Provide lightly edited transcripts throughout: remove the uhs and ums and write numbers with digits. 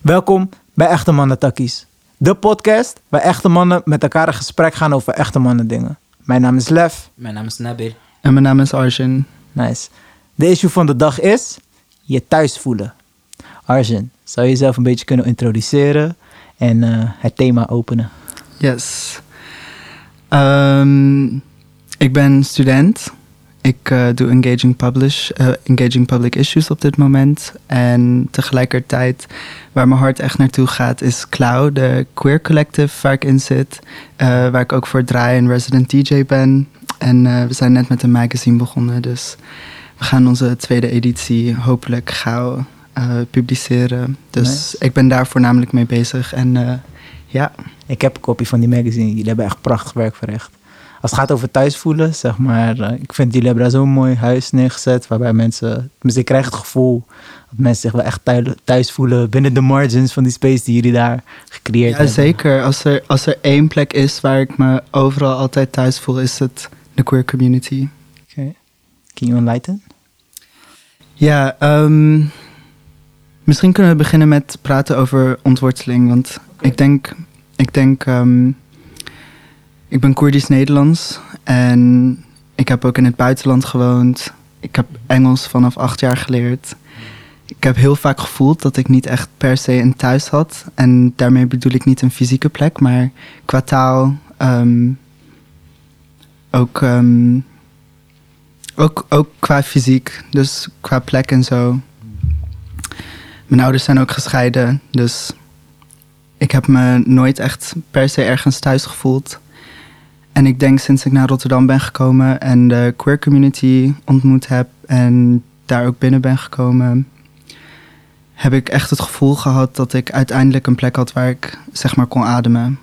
Welkom bij Echte Mannen Takkies. De podcast waar echte mannen met elkaar in gesprek gaan over echte mannen dingen. Mijn naam is Lef. Mijn naam is Nabil. En mijn naam is Arjun. Nice. De issue van de dag is je thuis voelen. Arjun, zou je jezelf een beetje kunnen introduceren en het thema openen? Yes. Ik ben student. Ik doe engaging public issues op dit moment. En tegelijkertijd, waar mijn hart echt naartoe gaat, is Cloud, de queer collective waar ik in zit. Waar ik ook voor draai en resident DJ ben. En we zijn net met een magazine begonnen, dus we gaan onze tweede editie hopelijk gauw publiceren. Dus nice. Ik ben daar voornamelijk mee bezig en ja. Ik heb een kopie van die magazine. Jullie hebben echt prachtig werk verricht. Als het gaat over thuis voelen, zeg maar, ik vind jullie hebben daar zo'n mooi huis neergezet, waarbij mensen, tenminste ik krijg het gevoel dat mensen zich wel echt thuis voelen binnen de margins van die space die jullie daar gecreëerd hebben. Ja, zeker. Als er één plek is waar ik me overal altijd thuis voel, is het de queer community. Okay. Can you enlighten? Ja, misschien kunnen we beginnen met praten over ontworteling, want okay. Ik ben Koerdisch-Nederlands en ik heb ook in het buitenland gewoond. Ik heb Engels vanaf 8 jaar geleerd. Ik heb heel vaak gevoeld dat ik niet echt per se een thuis had. En daarmee bedoel ik niet een fysieke plek, maar qua taal, ook qua fysiek, dus qua plek en zo. Mijn ouders zijn ook gescheiden, dus ik heb me nooit echt per se ergens thuis gevoeld. En ik denk sinds ik naar Rotterdam ben gekomen en de queer community ontmoet heb en daar ook binnen ben gekomen, heb ik echt het gevoel gehad dat ik uiteindelijk een plek had waar ik zeg maar kon ademen.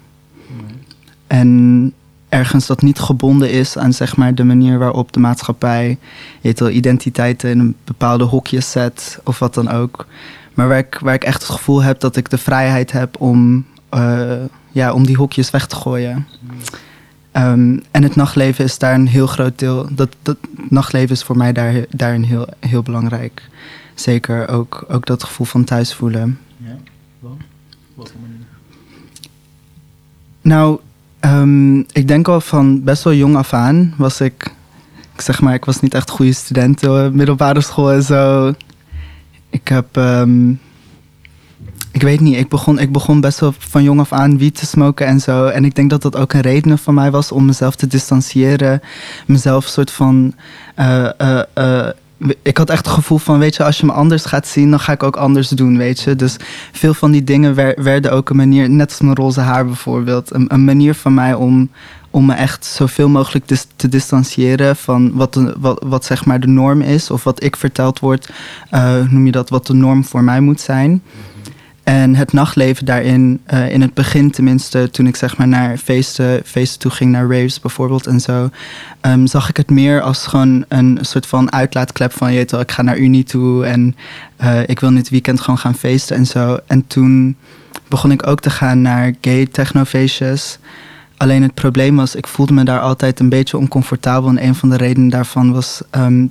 En ergens dat niet gebonden is aan zeg maar de manier waarop de maatschappij identiteiten in een bepaalde hokjes zet of wat dan ook. Maar waar ik echt het gevoel heb dat ik de vrijheid heb om die hokjes weg te gooien. En het nachtleven is daar een heel groot deel. Dat nachtleven is voor mij daarin heel, heel belangrijk. Zeker ook dat gevoel van thuis voelen. Ja, wat voor manier? Nou, ik denk al van best wel jong af aan was ik was niet echt een goede student, middelbare school en zo. Ik weet niet, ik begon best wel van jong af aan wiet te smoken en zo. En ik denk dat dat ook een reden van mij was om mezelf te distancieren. Mezelf soort van ik had echt het gevoel van, weet je, als je me anders gaat zien, dan ga ik ook anders doen, weet je. Dus veel van die dingen werden ook een manier, net als mijn roze haar bijvoorbeeld, een manier van mij om me echt zoveel mogelijk te distancieren van wat zeg maar de norm is, of wat ik verteld wordt, noem je dat, wat de norm voor mij moet zijn. En het nachtleven daarin, in het begin tenminste, toen ik zeg maar naar feesten toe ging, naar raves bijvoorbeeld en zo, zag ik het meer als gewoon een soort van uitlaatklep van, ik ga naar Unie toe en ik wil dit weekend gewoon gaan feesten en zo. En toen begon ik ook te gaan naar gay technofeestjes. Alleen het probleem was, ik voelde me daar altijd een beetje oncomfortabel en een van de redenen daarvan was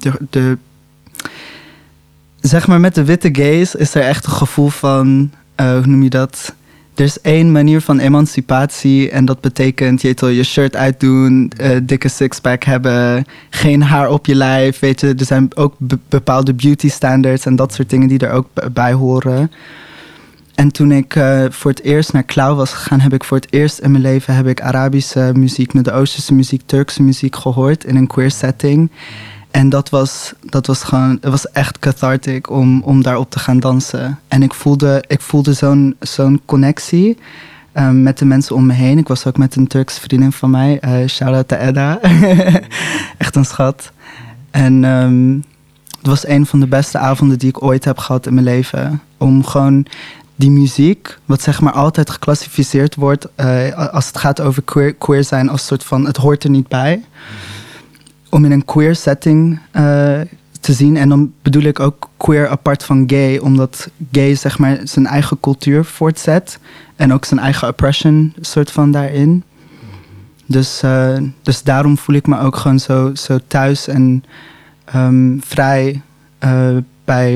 zeg maar met de witte gays is er echt een gevoel van, hoe noem je dat? Er is één manier van emancipatie en dat betekent je shirt uitdoen, dikke sixpack hebben, geen haar op je lijf, weet je. Er zijn ook bepaalde beauty standards en dat soort dingen die er ook bij horen. En toen ik voor het eerst naar Cloud was gegaan, heb ik voor het eerst in mijn leven Arabische muziek, Midden-Oosterse muziek, Turkse muziek gehoord in een queer setting. En dat was gewoon, het was echt cathartic om daarop te gaan dansen. En ik voelde zo'n connectie met de mensen om me heen. Ik was ook met een Turkse vriendin van mij, shout-out to Edda. Echt een schat. En het was een van de beste avonden die ik ooit heb gehad in mijn leven. Om gewoon die muziek, wat zeg maar altijd geclassificeerd wordt, als het gaat over queer zijn, als soort van, het hoort er niet bij. Om in een queer setting te zien. En dan bedoel ik ook queer apart van gay. Omdat gay zeg maar zijn eigen cultuur voortzet. En ook zijn eigen oppression soort van daarin. Dus daarom voel ik me ook gewoon zo thuis en vrij bij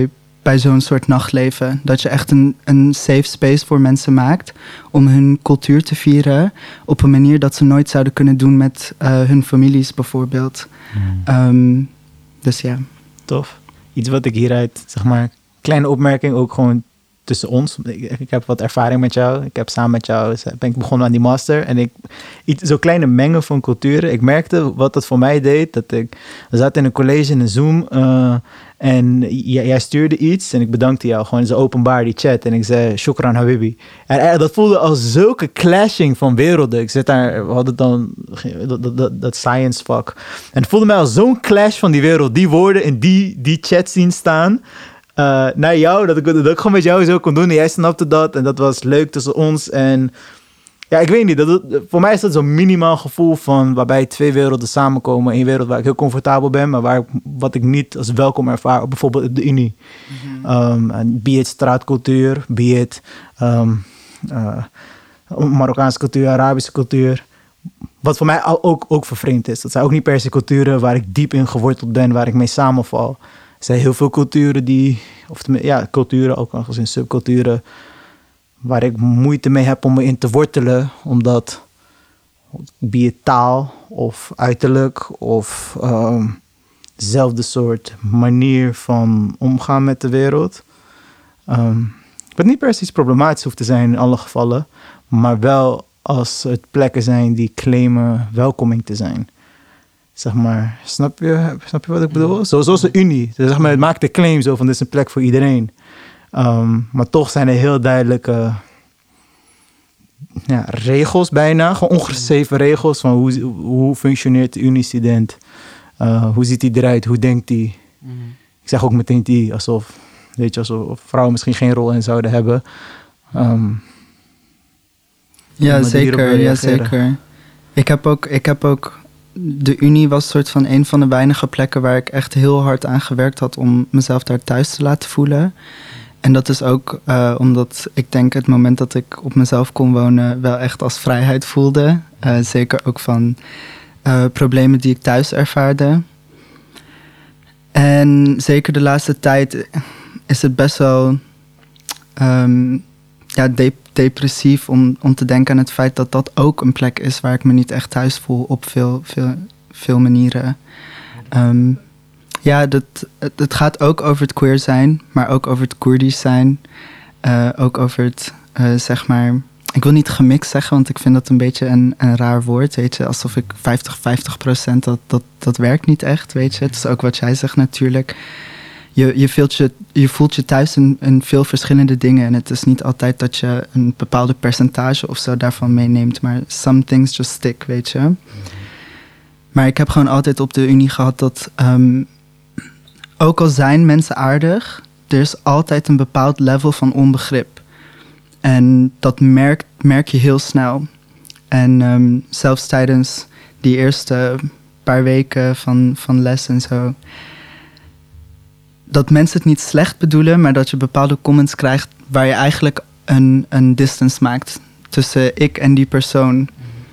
bij zo'n soort nachtleven. Dat je echt een safe space voor mensen maakt om hun cultuur te vieren op een manier dat ze nooit zouden kunnen doen met hun families bijvoorbeeld. Dus ja. Tof. Iets wat ik hieruit, zeg maar, kleine opmerking ook gewoon tussen ons. Ik heb wat ervaring met jou. Ik heb samen met jou, ben ik begonnen aan die master. En zo'n kleine mengen van culturen. Ik merkte wat dat voor mij deed. We zaten in een college in een Zoom. En jij stuurde iets. En ik bedankte jou gewoon zo openbaar die chat. En ik zei, shukran habibi. En dat voelde als zulke clashing van werelden. Ik zit daar, we hadden dan dat science vak. En het voelde mij als zo'n clash van die wereld. Die woorden in die chat zien staan. Naar jou, dat ik gewoon met jou zo kon doen. En jij snapte dat. En dat was leuk tussen ons. En ja, ik weet niet. Voor mij is dat zo'n minimaal gevoel van waarbij twee werelden samenkomen. Eén wereld waar ik heel comfortabel ben, maar wat ik niet als welkom ervaar. Bijvoorbeeld op de Unie. Be it straatcultuur, be it Marokkaanse cultuur, Arabische cultuur. Wat voor mij ook vervreemd is. Dat zijn ook niet per se culturen waar ik diep in geworteld ben, waar ik mee samenval. Er zijn heel veel culturen culturen, ook nog eens in subculturen, waar ik moeite mee heb om me in te wortelen, omdat be taal of uiterlijk of dezelfde soort manier van omgaan met de wereld. Wat niet precies problematisch hoeft te zijn in alle gevallen, maar wel als het plekken zijn die claimen welkoming te zijn. Zeg maar, snap je wat ik bedoel? Zoals de Unie. Dus zeg maar, het maakt de claim zo van dit is een plek voor iedereen. Maar toch zijn er heel duidelijke regels bijna. Gewoon ongeschreven regels van hoe functioneert de Unie-student. Hoe ziet hij eruit? Hoe denkt hij? Ik zeg ook meteen die, alsof vrouwen misschien geen rol in zouden hebben. Ja, zeker. Ik heb ook de Unie was soort van een van de weinige plekken waar ik echt heel hard aan gewerkt had om mezelf daar thuis te laten voelen. En dat is ook omdat ik denk het moment dat ik op mezelf kon wonen wel echt als vrijheid voelde. Zeker ook van problemen die ik thuis ervaarde. En zeker de laatste tijd is het best wel depressief om te denken aan het feit dat dat ook een plek is waar ik me niet echt thuis voel op veel manieren. Het gaat ook over het queer zijn, maar ook over het Koerdisch zijn. Ook over het, zeg maar, ik wil niet gemixt zeggen, want ik vind dat een beetje een raar woord, weet je. Alsof ik 50%, dat werkt niet echt, weet je. Het is ook wat jij zegt natuurlijk. Je voelt je thuis in veel verschillende dingen. En het is niet altijd dat je een bepaalde percentage of zo daarvan meeneemt. Maar some things just stick, weet je. Maar ik heb gewoon altijd op de Unie gehad dat ook al zijn mensen aardig, er is altijd een bepaald level van onbegrip. En dat merk je heel snel. En zelfs tijdens die eerste paar weken van les en zo, dat mensen het niet slecht bedoelen, maar dat je bepaalde comments krijgt waar je eigenlijk een distance maakt tussen ik en die persoon.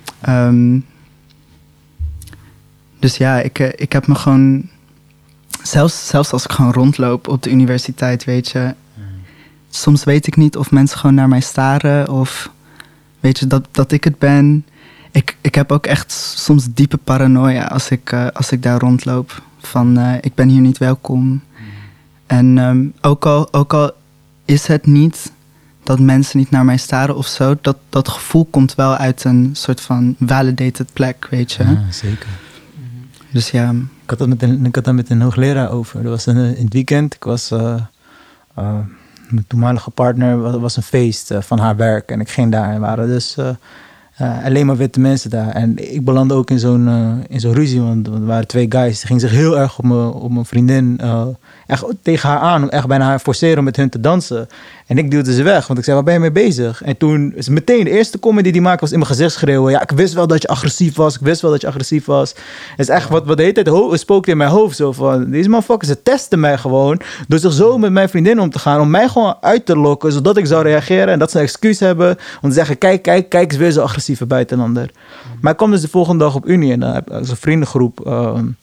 Dus ja, ik heb me gewoon, zelfs als ik gewoon rondloop op de universiteit, weet je, soms weet ik niet of mensen gewoon naar mij staren of weet je dat ik het ben. Ik heb ook echt soms diepe paranoia als ik daar rondloop van ik ben hier niet welkom. En ook al is het niet dat mensen niet naar mij staren of zo, dat gevoel komt wel uit een soort van validated plek, weet je. Ja, zeker. Dus ja. Ik had dat met een hoogleraar over. Dat was in het weekend. Ik was mijn toenmalige partner, was een feest van haar werk. En ik ging daar en waren dus alleen maar witte mensen daar. En ik belandde ook in zo'n ruzie, want er waren twee guys. Die gingen zich heel erg op mijn vriendin echt tegen haar aan, echt bijna haar forceren om met hun te dansen. En ik duwde ze weg, want ik zei, waar ben je mee bezig? En toen is meteen de eerste comment die maakte, was in mijn gezicht schreeuwen. Ja, ik wist wel dat je agressief was. Het is echt wat de hele tijd spookte in mijn hoofd. Zo van, deze motherfuckers, ze testen mij gewoon door zich zo met mijn vriendin om te gaan, om mij gewoon uit te lokken, zodat ik zou reageren en dat ze een excuus hebben om te zeggen, kijk, is weer zo agressieve buitenlander. Maar ik kwam dus de volgende dag op Unie en dan heb ik zo'n vriendengroep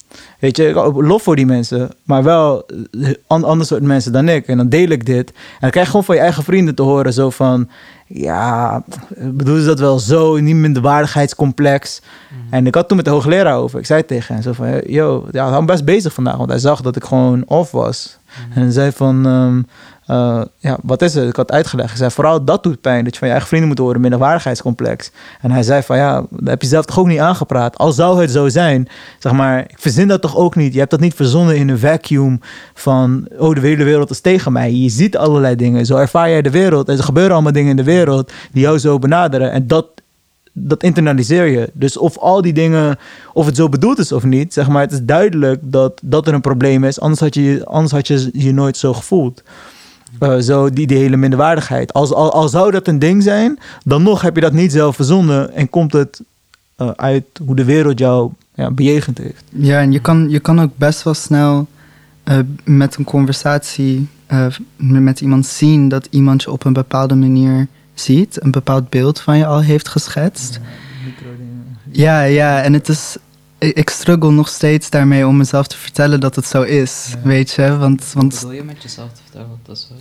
weet je, ik heb lof voor die mensen, maar wel ander soort mensen dan ik. En dan deel ik dit. En dan krijg je gewoon van je eigen vrienden te horen zo van, ja, bedoelen ze dat wel zo, niet minderwaardigheidscomplex. En ik had toen met de hoogleraar over. Ik zei tegen hem zo van, yo, ja, hij was best bezig vandaag, want hij zag dat ik gewoon off was. En hij zei van, ja, wat is het? Ik had uitgelegd. Ik zei, vooral dat doet pijn, dat je van je eigen vrienden moet horen, minderwaardigheidscomplex. En hij zei van, ja, dat heb je zelf toch ook niet aangepraat. Al zou het zo zijn, zeg maar, ik verzin dat toch ook niet. Je hebt dat niet verzonnen in een vacuüm van, oh, de hele wereld is tegen mij. Je ziet allerlei dingen. Zo ervaar jij de wereld. Er gebeuren allemaal dingen in de wereld die jou zo benaderen. En dat internaliseer je. Dus of al die dingen, of het zo bedoeld is of niet, zeg maar, het is duidelijk dat er een probleem is. Anders had je je nooit zo gevoeld. Zo die hele minderwaardigheid. Al zou dat een ding zijn, dan nog heb je dat niet zelf verzonnen en komt het uit hoe de wereld jou bejegend heeft. Ja, en je kan ook best wel snel met een conversatie met iemand zien dat iemand je op een bepaalde manier ziet, een bepaald beeld van je al heeft geschetst. Ja, en het is, ik struggle nog steeds daarmee om mezelf te vertellen dat het zo is, weet je. Want Wat bedoel je met jezelf te vertellen dat dat zo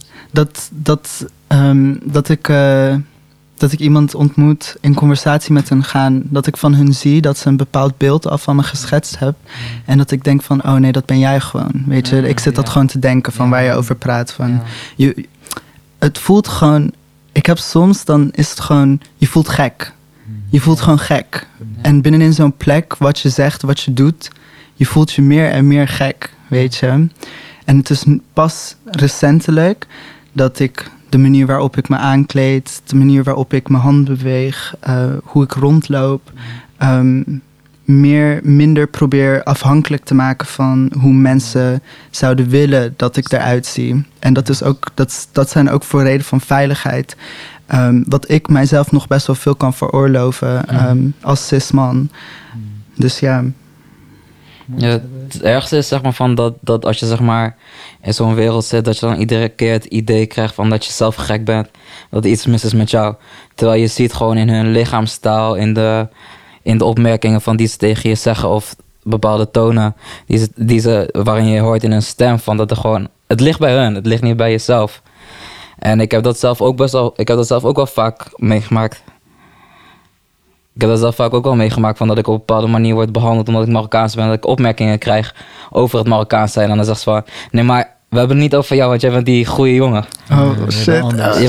is? Dat ik iemand ontmoet, in conversatie met hen gaan, dat ik van hun zie dat ze een bepaald beeld al van me geschetst hebben. En dat ik denk van, oh nee, dat ben jij gewoon. Weet je, ik zit dat gewoon te denken van waar je over praat. Van, het voelt gewoon, ik heb soms, dan is het gewoon, je voelt gek. Je voelt gewoon gek. En binnenin zo'n plek, wat je zegt, wat je doet, je voelt je meer en meer gek, weet je. En het is pas recentelijk dat ik de manier waarop ik me aankleed, de manier waarop ik mijn hand beweeg, hoe ik rondloop, minder probeer afhankelijk te maken van hoe mensen zouden willen dat ik eruit zie. En dat zijn ook voor reden van veiligheid. Wat ik mijzelf nog best wel veel kan veroorloven als cis-man. Dus ja. Ja, het ergste is zeg maar van dat als je zeg maar in zo'n wereld zit, dat je dan iedere keer het idee krijgt van dat je zelf gek bent, dat er iets mis is met jou. Terwijl je ziet gewoon in hun lichaamstaal, in de opmerkingen van die ze tegen je zeggen of bepaalde tonen waarin je hoort in hun stem van dat er gewoon, het ligt bij hun, het ligt niet bij jezelf. En ik heb dat zelf ook wel vaak meegemaakt. Ik heb dat zelf vaak ook wel meegemaakt van dat ik op een bepaalde manier word behandeld omdat ik Marokkaans ben. Dat ik opmerkingen krijg over het Marokkaans zijn. En dan zegt ze van, nee maar we hebben het niet over jou, want jij bent die goede jongen. Oh shit.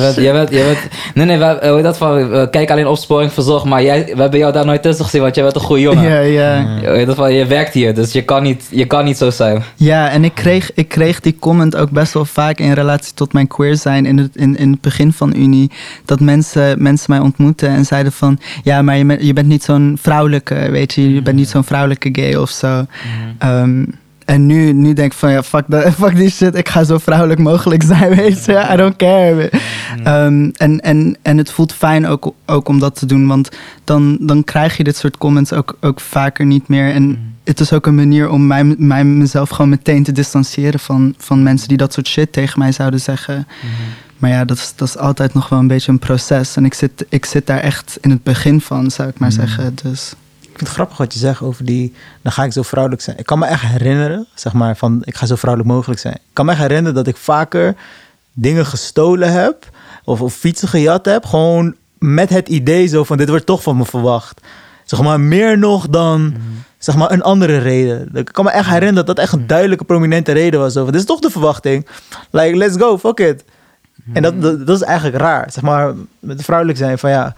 Kijk alleen Opsporing Verzocht, maar we hebben jou daar nooit tussen gezien, want jij bent een goede jongen. Ja. Je werkt hier, dus je kan niet zo zijn. Ja, en ik kreeg die comment ook best wel vaak in relatie tot mijn queer zijn in het begin van Unie. Dat mensen mij ontmoeten en zeiden van, ja, maar je bent niet zo'n vrouwelijke, weet je. Je bent niet zo'n vrouwelijke gay of zo. En nu denk ik van, ja, fuck die shit. Ik ga zo vrouwelijk mogelijk zijn, weet je. I don't care. En het voelt fijn ook om dat te doen. Want dan krijg je dit soort comments ook vaker niet meer. En het is ook een manier om mezelf gewoon meteen te distancieren van mensen die dat soort shit tegen mij zouden zeggen. Maar ja, dat is altijd nog wel een beetje een proces. En ik zit daar echt in het begin van, zou ik maar zeggen. Dus Ik vind het grappig wat je zegt over dan ga ik zo vrouwelijk zijn. Ik kan me echt herinneren, zeg maar, van ik ga zo vrouwelijk mogelijk zijn. Ik kan me echt herinneren dat ik vaker dingen gestolen heb of fietsen gejat heb, gewoon met het idee zo van dit wordt toch van me verwacht. Zeg maar meer nog dan zeg maar een andere reden. Ik kan me echt herinneren dat echt een duidelijke, prominente reden was. Zo van, dit is toch de verwachting. Like, let's go, fuck it. En dat is eigenlijk raar. Zeg maar, met vrouwelijk zijn van ja,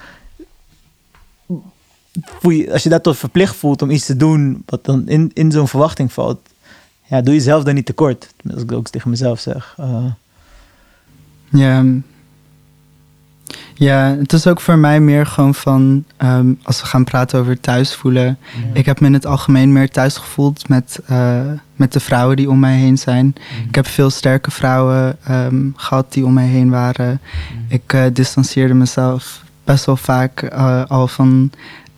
als je dat toch verplicht voelt om iets te doen wat dan in zo'n verwachting valt, ja, doe jezelf dan niet tekort. Als ik ook tegen mezelf zeg. Ja, het is ook voor mij meer gewoon van, als we gaan praten over thuis voelen. Ja. Ik heb me in het algemeen meer thuis gevoeld met de vrouwen die om mij heen zijn. Ik heb veel sterke vrouwen gehad die om mij heen waren. Ik distancieerde mezelf best wel vaak al van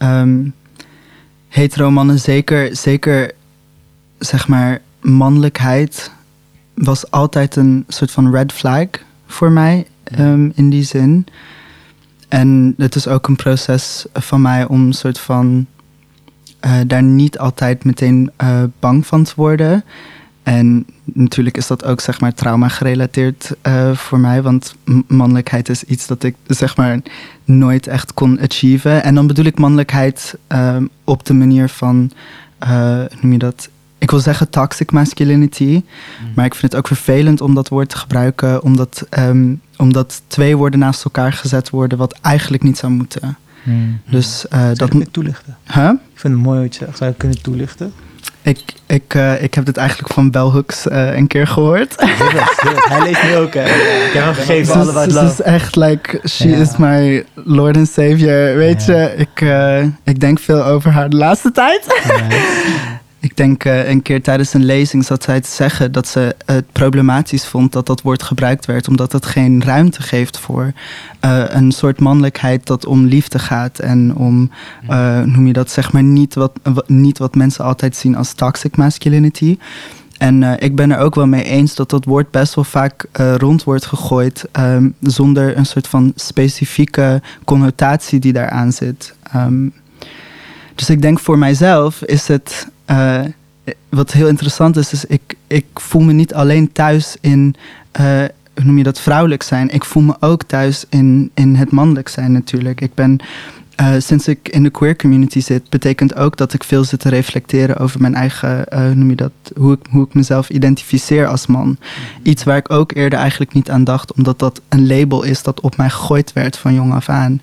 hetero mannen. Zeker zeg maar mannelijkheid was altijd een soort van red flag voor mij in die zin. En het is ook een proces van mij om een soort van daar niet altijd meteen bang van te worden. En natuurlijk is dat ook, zeg maar, trauma gerelateerd voor mij. Want mannelijkheid is iets dat ik, zeg maar, nooit echt kon achieven. En dan bedoel ik mannelijkheid op de manier van, hoe noem je dat? Ik wil zeggen toxic masculinity. Maar ik vind het ook vervelend om dat woord te gebruiken. Omdat twee woorden naast elkaar gezet worden wat eigenlijk niet zou moeten. Dus dat moet je toelichten. Huh? Ik vind het mooi wat je zegt. Zou je kunnen toelichten? Ik heb dit eigenlijk van Bell Hooks een keer gehoord. Hij leest nu ook, hè? Ik heb hem gegeven, allebei Ze is echt like, she is my Lord and Savior. Weet je, ik denk veel over haar de laatste tijd. Ik denk een keer tijdens een lezing zat zij te zeggen dat ze het problematisch vond dat dat woord gebruikt werd, omdat het geen ruimte geeft voor een soort mannelijkheid dat om liefde gaat en om, noem je dat, zeg maar, niet wat mensen altijd zien als toxic masculinity. En ik ben er ook wel mee eens dat dat woord best wel vaak rond wordt gegooid zonder een soort van specifieke connotatie die daaraan zit. Dus ik denk voor mijzelf is het, wat heel interessant is ik voel me niet alleen thuis in, hoe noem je dat, vrouwelijk zijn. Ik voel me ook thuis in het mannelijk zijn natuurlijk. Ik ben, sinds ik in de queer community zit, betekent ook dat ik veel zit te reflecteren over mijn eigen, hoe noem je dat, hoe ik mezelf identificeer als man. Iets waar ik ook eerder eigenlijk niet aan dacht, omdat dat een label is dat op mij gegooid werd van jong af aan.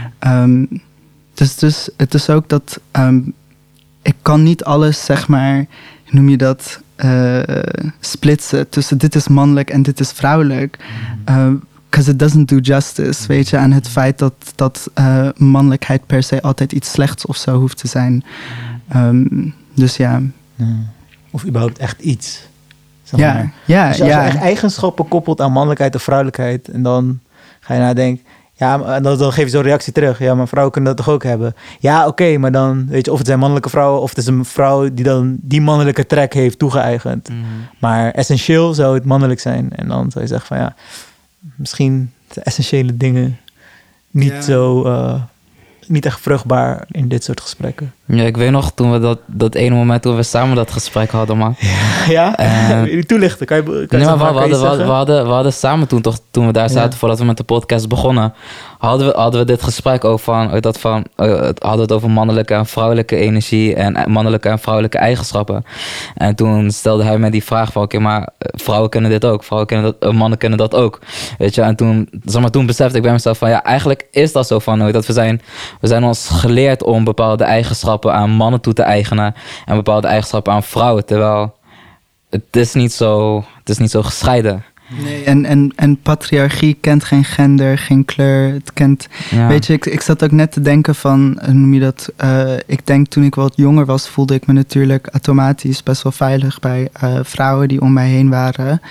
Dus het is ook dat ik kan niet alles, zeg maar, hoe noem je dat, splitsen tussen dit is mannelijk en dit is vrouwelijk. Because it doesn't do justice, weet je, aan het feit dat mannelijkheid per se altijd iets slechts of zo hoeft te zijn. Dus ja. Of überhaupt echt iets. Ja. Dus als je echt eigenschappen koppelt aan mannelijkheid of vrouwelijkheid en dan ga je nadenken, ja, dan geef je zo'n reactie terug. Ja, maar vrouwen kunnen dat toch ook hebben? Ja, oké, maar dan, weet je, of het zijn mannelijke vrouwen of het is een vrouw die dan die mannelijke trek heeft toegeëigend. Maar essentieel zou het mannelijk zijn. En dan zou je zeggen van ja, misschien de essentiële dingen niet zo, niet echt vruchtbaar in dit soort gesprekken. Ja, ik weet nog toen we dat ene moment toen we samen dat gesprek hadden, man. Ja? Wil je toelichten? Kan je nee, maar we hadden samen toen we daar zaten, voordat we met de podcast begonnen, hadden we dit gesprek ook hadden we het over mannelijke en vrouwelijke energie en mannelijke en vrouwelijke eigenschappen. En toen stelde hij mij die vraag van, oké, maar vrouwen kunnen dit ook, mannen kunnen dat ook. Weet je, en toen besefte ik bij mezelf van, ja, eigenlijk is dat zo van, dat we zijn ons geleerd om bepaalde eigenschappen aan mannen toe te eigenen en bepaalde eigenschappen aan vrouwen, terwijl het is niet zo gescheiden. Nee, en patriarchie kent geen gender, geen kleur. Het kent, weet je, ik zat ook net te denken van, hoe noem je dat? Ik denk toen ik wat jonger was, voelde ik me natuurlijk automatisch best wel veilig bij vrouwen die om mij heen waren.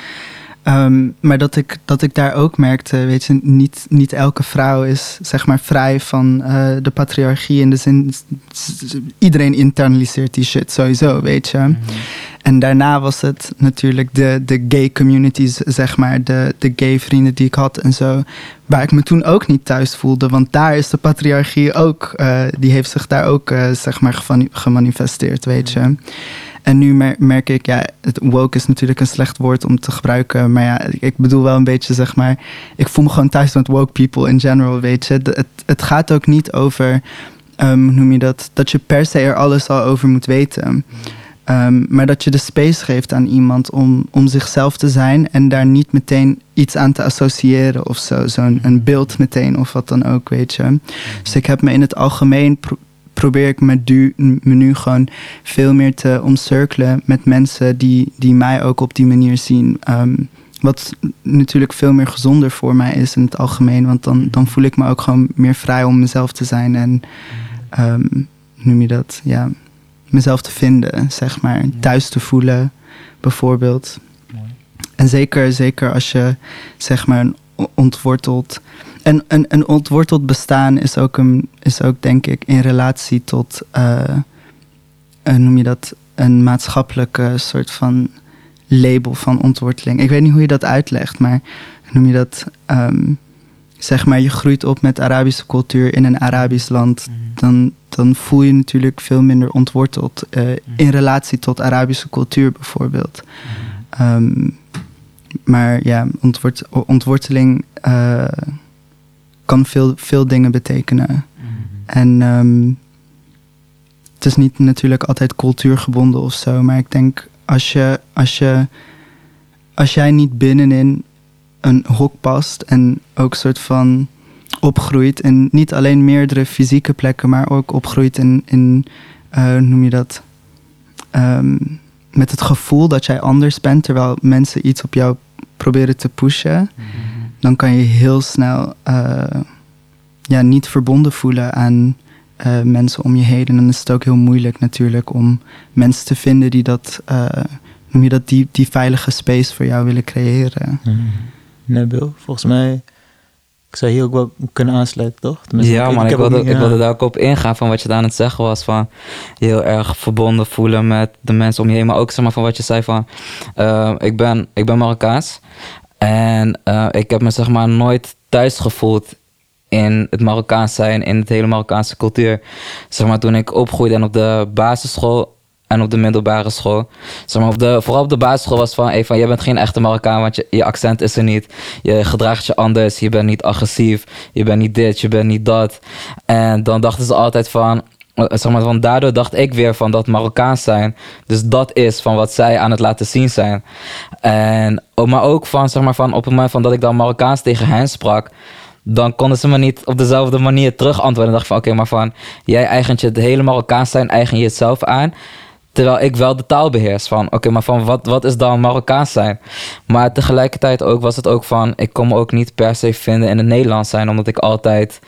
Maar dat ik daar ook merkte, weet je, niet elke vrouw is, zeg maar, vrij van de patriarchie in de zin, iedereen internaliseert die shit sowieso, weet je. En daarna was het natuurlijk de gay communities, zeg maar, de gay vrienden die ik had en zo, waar ik me toen ook niet thuis voelde, want daar is de patriarchie ook, die heeft zich daar ook, zeg maar, gemanifesteerd, weet je. En nu merk ik, ja, het woke is natuurlijk een slecht woord om te gebruiken. Maar ja, ik bedoel wel een beetje, zeg maar, ik voel me gewoon thuis met woke people in general, weet je. Het gaat ook niet over, hoe noem je dat je per se er alles al over moet weten. Maar dat je de space geeft aan iemand om zichzelf te zijn en daar niet meteen iets aan te associëren of zo. Zo'n beeld meteen of wat dan ook, weet je. Dus ik heb me in het algemeen probeer ik me nu gewoon veel meer te omcirkelen met mensen die mij ook op die manier zien. Wat natuurlijk veel meer gezonder voor mij is in het algemeen. Want dan voel ik me ook gewoon meer vrij om mezelf te zijn. En hoe noem je dat? Ja, mezelf te vinden, zeg maar. Thuis te voelen, bijvoorbeeld. En zeker als je, zeg maar, ontworteld. En een ontworteld bestaan is ook denk ik in relatie tot, noem je dat, een maatschappelijke soort van label van ontworteling. Ik weet niet hoe je dat uitlegt, maar noem je dat, zeg maar, je groeit op met Arabische cultuur in een Arabisch land, dan voel je natuurlijk veel minder ontworteld in relatie tot Arabische cultuur bijvoorbeeld. Maar ja, ontworteling kan veel dingen betekenen. En het is niet natuurlijk altijd cultuurgebonden of zo, maar ik denk als jij niet binnenin een hok past en ook soort van opgroeit en niet alleen meerdere fysieke plekken, maar ook opgroeit in hoe noem je dat? Met het gevoel dat jij anders bent, terwijl mensen iets op jou proberen te pushen, dan kan je heel snel niet verbonden voelen aan mensen om je heen. En dan is het ook heel moeilijk natuurlijk om mensen te vinden die dat, noem je dat, die veilige space voor jou willen creëren. Nabil, volgens mij, ik zou hier ook wel kunnen aansluiten, toch? Tenminste, ja, maar ik wilde daar ook op ingaan van wat je aan het zeggen was, van je heel erg verbonden voelen met de mensen om je heen, maar ook zeg maar van wat je zei van, ik ben Marokkaans en ik heb me zeg maar nooit thuis gevoeld in het Marokkaans zijn, in het hele Marokkaanse cultuur. Zeg maar toen ik opgroeide en op de basisschool en op de middelbare school. Zeg maar vooral op de basisschool was van jij bent geen echte Marokkaan, want je accent is er niet. Je gedraagt je anders, je bent niet agressief, je bent niet dit, je bent niet dat. En dan dachten ze altijd van, zeg maar, van daardoor dacht ik weer van dat Marokkaans zijn. Dus dat is van wat zij aan het laten zien zijn. En, maar ook van, zeg maar, van op het moment van dat ik dan Marokkaans tegen hen sprak, dan konden ze me niet op dezelfde manier terug antwoorden. En dacht ik van oké, maar van jij eigent je het hele Marokkaans zijn, eigen je het zelf aan. Terwijl ik wel de taal beheers van oké, maar van wat is dan Marokkaans zijn? Maar tegelijkertijd ook was het ook van, ik kon me ook niet per se vinden in het Nederlands zijn, omdat ik altijd,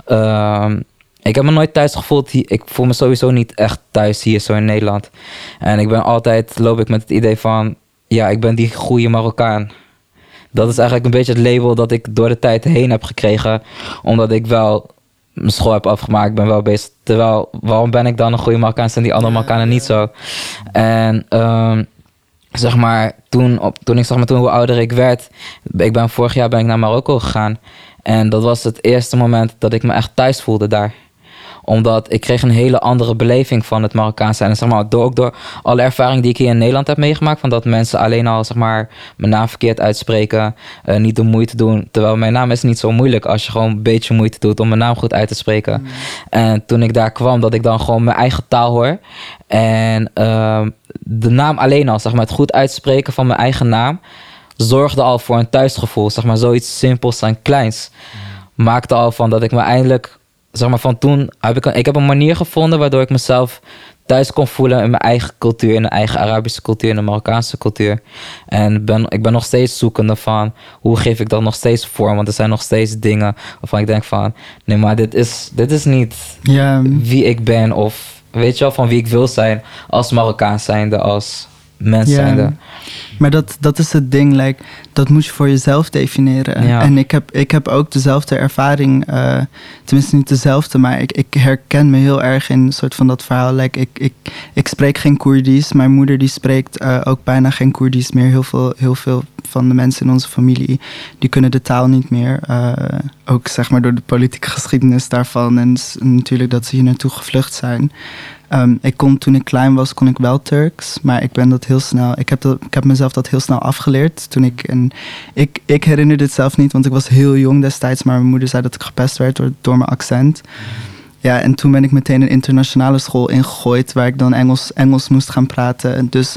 ik heb me nooit thuis gevoeld. Ik voel me sowieso niet echt thuis hier zo in Nederland. En ik ben altijd, loop ik met het idee van, ja, ik ben die goede Marokkaan. Dat is eigenlijk een beetje het label dat ik door de tijd heen heb gekregen. Omdat ik wel mijn school heb afgemaakt, ik ben wel bezig. Terwijl, waarom ben ik dan een goede Marokkaan en die andere Marokkanen niet zo? En zeg maar, toen hoe ouder ik werd, vorig jaar ben ik naar Marokko gegaan. En dat was het eerste moment dat ik me echt thuis voelde daar. Omdat ik kreeg een hele andere beleving van het Marokkaans zijn. En zeg maar, door alle ervaring die ik hier in Nederland heb meegemaakt, van dat mensen alleen al zeg maar mijn naam verkeerd uitspreken, niet de moeite doen. Terwijl mijn naam is niet zo moeilijk als je gewoon een beetje moeite doet om mijn naam goed uit te spreken. En toen ik daar kwam, dat ik dan gewoon mijn eigen taal hoor. En de naam alleen al, zeg maar, het goed uitspreken van mijn eigen naam, zorgde al voor een thuisgevoel. Zeg maar, zoiets simpels en kleins. Maakte al van dat ik me eindelijk, zeg maar, van toen heb ik heb een manier gevonden waardoor ik mezelf thuis kon voelen in mijn eigen cultuur, in de eigen Arabische cultuur, in de Marokkaanse cultuur. En ik ben nog steeds zoekende van, hoe geef ik dat nog steeds vorm? Want er zijn nog steeds dingen waarvan ik denk van, nee, maar dit is niet wie ik ben, of weet je wel, van wie ik wil zijn als Marokkaans zijnde, als mens zijnde. Maar dat is het ding, like, dat moet je voor jezelf definiëren. Ja. En ik heb ook dezelfde ervaring, tenminste niet dezelfde, maar ik herken me heel erg in een soort van dat verhaal. Like, ik spreek geen Koerdisch, mijn moeder die spreekt ook bijna geen Koerdisch meer. Heel veel van de mensen in onze familie, die kunnen de taal niet meer. Ook zeg maar door de politieke geschiedenis daarvan en natuurlijk dat ze hier naartoe gevlucht zijn. Toen ik klein was, kon ik wel Turks, maar ik ben dat heel snel. Ik heb mezelf dat heel snel afgeleerd. Ik herinner dit zelf niet, want ik was heel jong destijds, maar mijn moeder zei dat ik gepest werd door mijn accent. Ja, en toen ben ik meteen een internationale school ingegooid, waar ik dan Engels moest gaan praten. En dus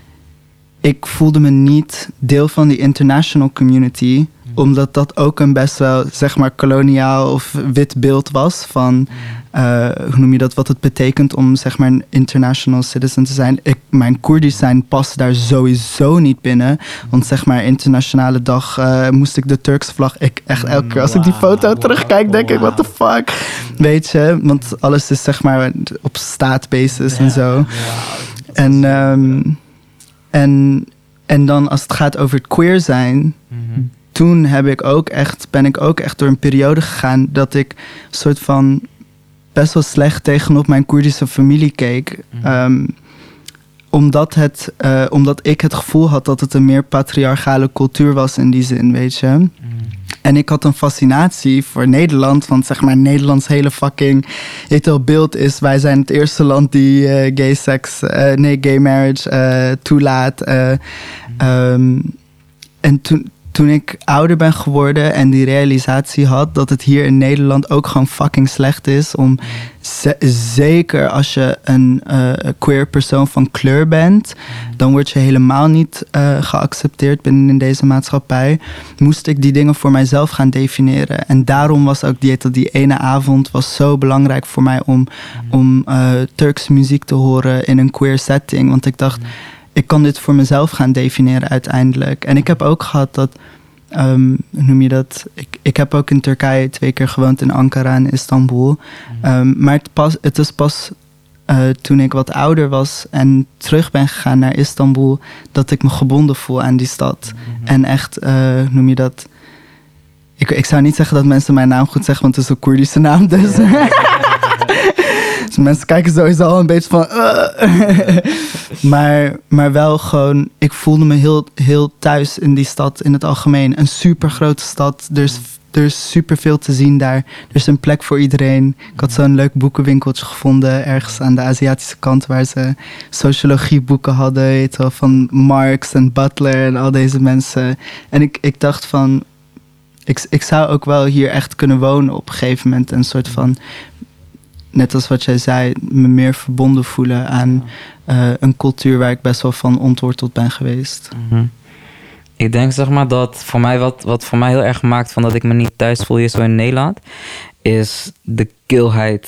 ik voelde me niet deel van die international community, omdat dat ook een best wel, zeg maar, koloniaal of wit beeld was van, hoe noem je dat, wat het betekent om, zeg maar, een international citizen te zijn. Mijn Koerdisch zijn past daar sowieso niet binnen. Want, zeg maar, internationale dag moest ik de Turkse vlag, echt elke keer als ik die foto terugkijk, denk ik, what the fuck? Weet je, want alles is, zeg maar, op staatbasis en zo. En dan als het gaat over het queer zijn, toen ben ik ook echt door een periode gegaan dat ik soort van best wel slecht tegenop mijn Koerdische familie keek. Omdat ik het gevoel had dat het een meer patriarchale cultuur was in die zin, weet je. En ik had een fascinatie voor Nederland. Want zeg maar, Nederlands hele fucking beeld is... wij zijn het eerste land die gay marriage toelaat. En toen ik ouder ben geworden en die realisatie had... dat het hier in Nederland ook gewoon fucking slecht is... om zeker als je een queer persoon van kleur bent... dan word je helemaal niet geaccepteerd binnen deze maatschappij... moest ik die dingen voor mijzelf gaan definiëren. En daarom was ook die ene avond was zo belangrijk voor mij... om Turkse muziek te horen in een queer setting. Want ik dacht... ik kan dit voor mezelf gaan definiëren uiteindelijk. En ik heb ook gehad dat... hoe noem je dat? Ik heb ook in Turkije 2 keer gewoond, in Ankara en Istanbul. Maar het is pas toen ik wat ouder was... en terug ben gegaan naar Istanbul... dat ik me gebonden voel aan die stad. En echt, hoe noem je dat? Ik zou niet zeggen dat mensen mijn naam goed zeggen... want het is een Koerdische naam, dus... Dus mensen kijken sowieso al een beetje van... maar wel gewoon... Ik voelde me heel thuis in die stad in het algemeen. Een super grote stad. Er is super veel te zien daar. Er is een plek voor iedereen. Ik had zo'n leuk boekenwinkeltje gevonden... ergens aan de Aziatische kant... waar ze sociologieboeken hadden... weet wel, van Marx en Butler en al deze mensen. En ik dacht van... Ik zou ook wel hier echt kunnen wonen op een gegeven moment. Een soort van... net als wat jij zei, me meer verbonden voelen aan een cultuur waar ik best wel van ontworteld ben geweest. Ik denk zeg maar dat voor mij wat voor mij heel erg maakt van dat ik me niet thuis voel hier zo in Nederland, is de kilheid,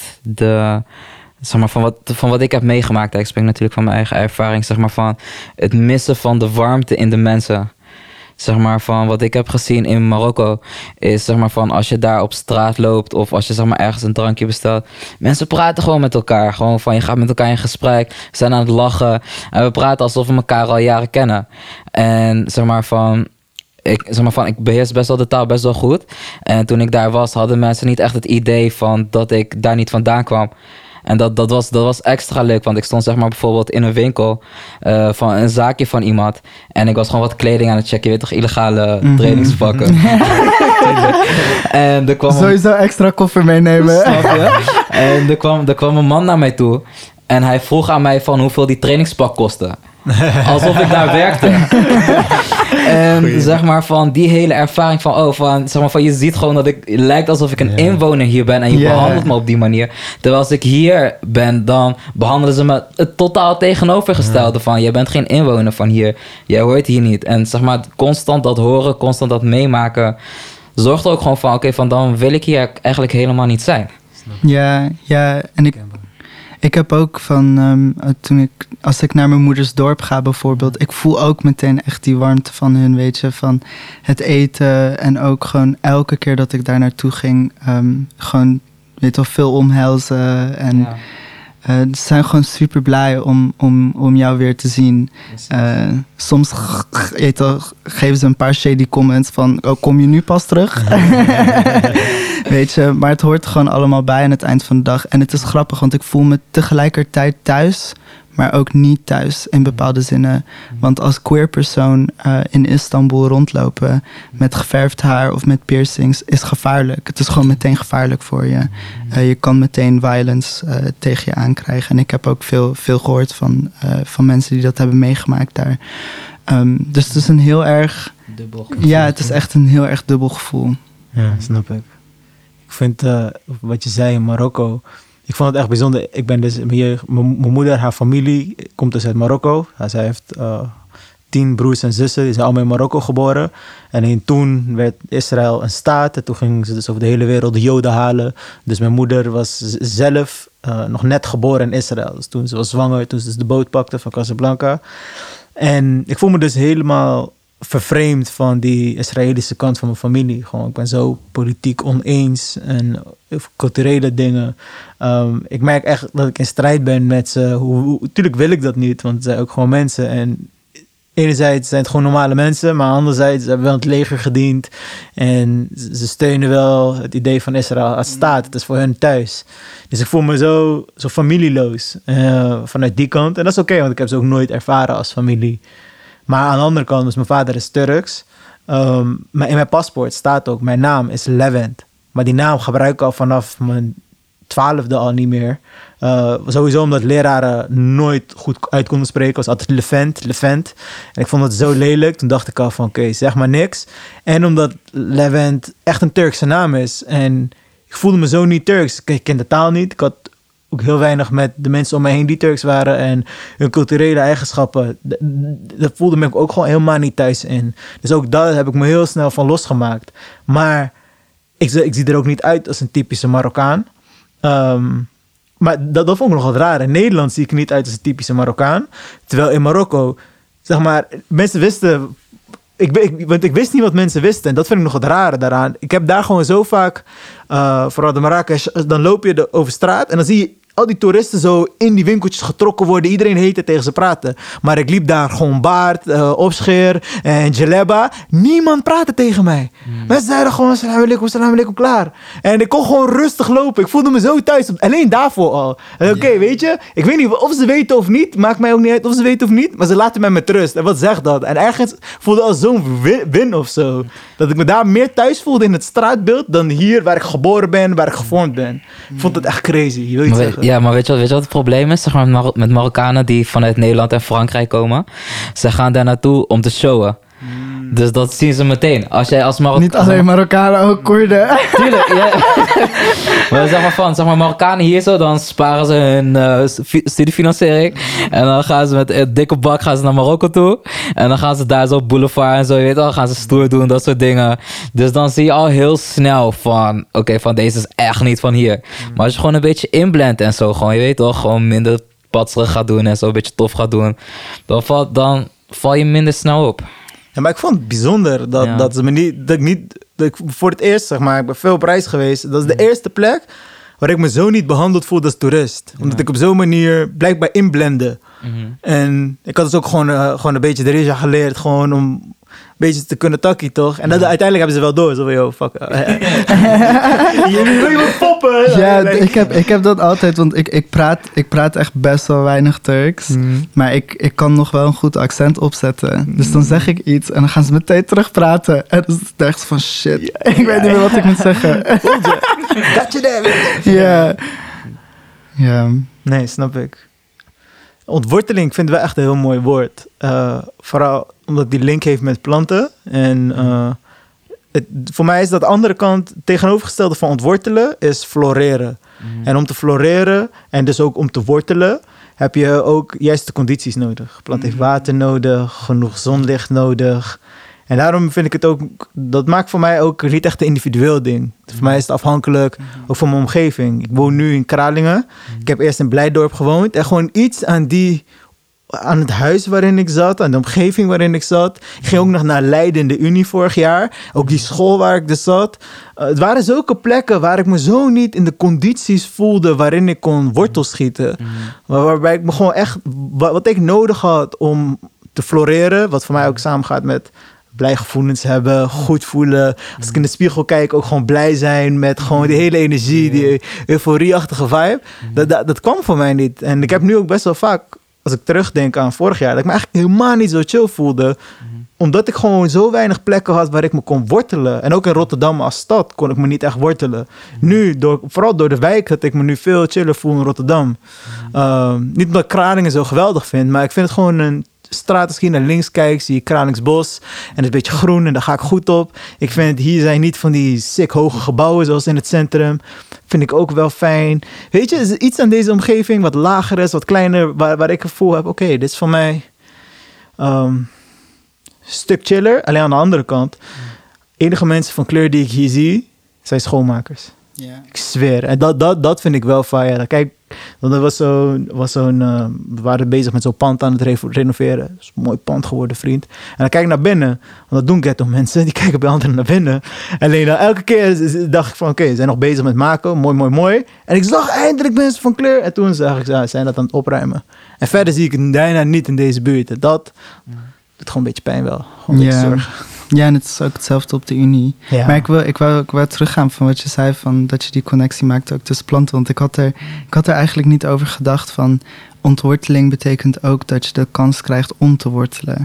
zeg maar van wat ik heb meegemaakt. Ik spreek natuurlijk van mijn eigen ervaring, zeg maar van het missen van de warmte in de mensen. Zeg maar van wat ik heb gezien in Marokko is zeg maar van als je daar op straat loopt of als je zeg maar ergens een drankje bestelt. Mensen praten gewoon met elkaar. Gewoon van je gaat met elkaar in gesprek, we zijn aan het lachen en we praten alsof we elkaar al jaren kennen. En zeg maar van ik beheers best wel de taal best wel goed. En toen ik daar was hadden mensen niet echt het idee van dat ik daar niet vandaan kwam. En dat was extra leuk, want ik stond zeg maar bijvoorbeeld in een winkel van een zaakje van iemand. En ik was gewoon wat kleding aan het checken, je weet toch, illegale trainingspakken. En er kwam sowieso extra koffer meenemen. Snap je? En er kwam een man naar mij toe en hij vroeg aan mij van hoeveel die trainingspak kostte. Alsof ik daar werkte. En zeg maar van die hele ervaring van je ziet gewoon dat ik lijkt alsof ik een inwoner hier ben en je behandelt me op die manier. Terwijl als ik hier ben, dan behandelen ze me het totaal tegenovergestelde van je bent geen inwoner van hier. Jij hoort hier niet. En zeg maar constant dat horen, constant dat meemaken, zorgt er ook gewoon van van dan wil ik hier eigenlijk helemaal niet zijn. Ja, en ik heb ook van, als ik naar mijn moeders dorp ga bijvoorbeeld, ik voel ook meteen echt die warmte van hun, weet je, van het eten en ook gewoon elke keer dat ik daar naartoe ging, gewoon, weet je, veel omhelzen en ze zijn gewoon super blij om jou weer te zien. Soms geven ze een paar shady comments van, kom je nu pas terug? Weet je, maar het hoort gewoon allemaal bij aan het eind van de dag. En het is grappig, want ik voel me tegelijkertijd thuis, maar ook niet thuis in bepaalde zinnen. Want als queer persoon in Istanbul rondlopen met geverfd haar of met piercings is gevaarlijk. Het is gewoon meteen gevaarlijk voor je. Je kan meteen violence tegen je aankrijgen. En ik heb ook veel gehoord van mensen die dat hebben meegemaakt daar. Dus het is een heel erg... dubbel gevoel. Ja, het is echt een heel erg dubbel gevoel. Ja, snap ik. Ik vind wat je zei in Marokko, ik vond het echt bijzonder. Ik ben dus hier, mijn moeder, haar familie komt dus uit Marokko. Zij heeft 10 broers en zussen, die zijn allemaal in Marokko geboren. En toen werd Israël een staat en toen gingen ze dus over de hele wereld de Joden halen. Dus mijn moeder was zelf nog net geboren in Israël. Dus toen ze was zwanger, toen ze dus de boot pakte van Casablanca. En ik voel me dus helemaal vervreemd van die Israëlische kant van mijn familie. Gewoon, ik ben zo politiek oneens en culturele dingen. Ik merk echt dat ik in strijd ben met ze. Tuurlijk wil ik dat niet, want het zijn ook gewoon mensen. En enerzijds zijn het gewoon normale mensen, maar anderzijds hebben we wel het leger gediend. En ze steunen wel het idee van Israël als staat. Het is voor hun thuis. Dus ik voel me zo familieloos vanuit die kant. En dat is oké, want ik heb ze ook nooit ervaren als familie. Maar aan de andere kant, dus mijn vader is Turks. Maar in mijn paspoort staat ook, mijn naam is Levent. Maar die naam gebruik ik al vanaf mijn 12e al niet meer. Sowieso omdat leraren nooit goed uit konden spreken. Was altijd Levent. En ik vond het zo lelijk. Toen dacht ik al van oké, zeg maar niks. En omdat Levent echt een Turkse naam is. En ik voelde me zo niet Turks. Ik ken de taal niet. Ik had ook heel weinig met de mensen om me heen die Turks waren. En hun culturele eigenschappen. Daar voelde me ook gewoon helemaal niet thuis in. Dus ook daar heb ik me heel snel van losgemaakt. Maar ik zie er ook niet uit als een typische Marokkaan. Maar dat vond ik nog wat raar. In Nederland zie ik er niet uit als een typische Marokkaan. Terwijl in Marokko, zeg maar, mensen wisten... Want ik wist niet wat mensen wisten. En dat vind ik nog wat rare daaraan. Ik heb daar gewoon zo vaak, vooral de Marrakesh, dan loop je over straat en dan zie je al die toeristen zo in die winkeltjes getrokken worden. Iedereen heette tegen ze praten. Maar ik liep daar gewoon baard, opscheer en jaleba. Niemand praatte tegen mij. Mensen zeiden gewoon salam alaikum, klaar. En ik kon gewoon rustig lopen. Ik voelde me zo thuis. Alleen daarvoor al. Oké, weet je. Ik weet niet of ze weten of niet. Maakt mij ook niet uit of ze weten of niet. Maar ze laten mij met rust. En wat zegt dat? En ergens voelde al zo'n win of zo. Dat ik me daar meer thuis voelde in het straatbeeld dan hier waar ik geboren ben, waar ik gevormd ben. Ik vond het echt crazy. Je wil iets zeggen. Ja, maar weet je wat het probleem is? Zeg maar, met Marokkanen die vanuit Nederland en Frankrijk komen. Ze gaan daar naartoe om te showen. Dus dat zien ze meteen. Als jij als Niet alleen Marokkanen, ook Koerden. Tuurlijk, ja. Maar zeg maar Marokkanen hier zo, dan sparen ze hun studiefinanciering. En dan gaan ze met een dikke bak naar Marokko toe. En dan gaan ze daar zo op boulevard en zo, je weet wel, gaan ze stoer doen, dat soort dingen. Dus dan zie je al heel snel van, oké, van deze is echt niet van hier. Maar als je gewoon een beetje inblendt en zo, gewoon, je weet wel, gewoon minder patserig gaat doen en zo, een beetje tof gaat doen. Dan val je minder snel op. Ja, maar ik vond het bijzonder dat ik voor het eerst, zeg maar, ik ben veel op reis geweest. Dat is de eerste plek waar ik me zo niet behandeld voelde als toerist. Omdat ik op zo'n manier blijkbaar inblende. En ik had dus ook gewoon een beetje de Rija geleerd, gewoon om een beetje te kunnen takkie, toch? En uiteindelijk hebben ze wel door. Zo van, yo, fuck. Je wil je poppen. Ja, ik heb dat altijd, want ik praat echt best wel weinig Turks. Maar ik kan nog wel een goed accent opzetten. Dus dan zeg ik iets en dan gaan ze meteen terugpraten. En dan is het echt van shit. Ja, ik weet niet meer wat ik moet zeggen. Dat je daar. Ja. Ja. Nee, snap ik. Ontworteling vinden we echt een heel mooi woord. Vooral omdat die link heeft met planten. En voor mij is dat de andere kant, tegenovergestelde van ontwortelen, is floreren. En om te floreren en dus ook om te wortelen, heb je ook juist de condities nodig. De plant heeft water nodig, genoeg zonlicht nodig. En daarom vind ik het ook, dat maakt voor mij ook niet echt een individueel ding. Voor mij is het afhankelijk ook van mijn omgeving. Ik woon nu in Kralingen. Ik heb eerst in Blijdorp gewoond. En gewoon iets aan het huis waarin ik zat, aan de omgeving waarin ik zat. Ik ging ook nog naar Leiden in de Unie vorig jaar. Ook die school waar ik dus zat. Het waren zulke plekken waar ik me zo niet in de condities voelde waarin ik kon wortels schieten. Waarbij ik me gewoon echt, wat ik nodig had om te floreren, wat voor mij ook samengaat met blij gevoelens hebben, goed voelen. Als ik in de spiegel kijk, ook gewoon blij zijn met gewoon die hele energie, die euforie-achtige vibe. Dat kwam voor mij niet. En ik heb nu ook best wel vaak, als ik terugdenk aan vorig jaar, dat ik me eigenlijk helemaal niet zo chill voelde. Omdat ik gewoon zo weinig plekken had waar ik me kon wortelen. En ook in Rotterdam als stad kon ik me niet echt wortelen. Nu, vooral door de wijk, dat ik me nu veel chiller voel in Rotterdam. Niet omdat ik Kralingen zo geweldig vind, maar ik vind het gewoon een straat, als je naar links kijkt, zie je Kralingsbos. En het is een beetje groen en daar ga ik goed op. Ik vind, hier zijn niet van die sick hoge gebouwen zoals in het centrum. Vind ik ook wel fijn. Weet je, is iets aan deze omgeving wat lager is, wat kleiner, waar ik het gevoel heb, oké, dit is voor mij een stuk chiller. Alleen aan de andere kant, enige mensen van kleur die ik hier zie, zijn schoonmakers. Yeah. Ik zweer. En dat vind ik wel fijn. Kijk, want we waren bezig met zo'n pand aan het renoveren. Het is een mooi pand geworden, vriend. En dan kijk ik naar binnen. Want dat doen ghetto mensen. Die kijken bij anderen naar binnen. Alleen dan elke keer dacht ik van, oké, ze zijn nog bezig met maken. Mooi. En ik zag eindelijk mensen van kleur. En toen zag ik, ze zijn dat aan het opruimen. En verder zie ik het bijna niet in deze buurt. En dat doet gewoon een beetje pijn wel. Gewoon een beetje zorgen. Ja, en het is ook hetzelfde op de Unie. Ja. Maar ik wou teruggaan van wat je zei, van dat je die connectie maakt ook tussen planten. Want ik had er eigenlijk niet over gedacht van ontworteling betekent ook dat je de kans krijgt om te wortelen.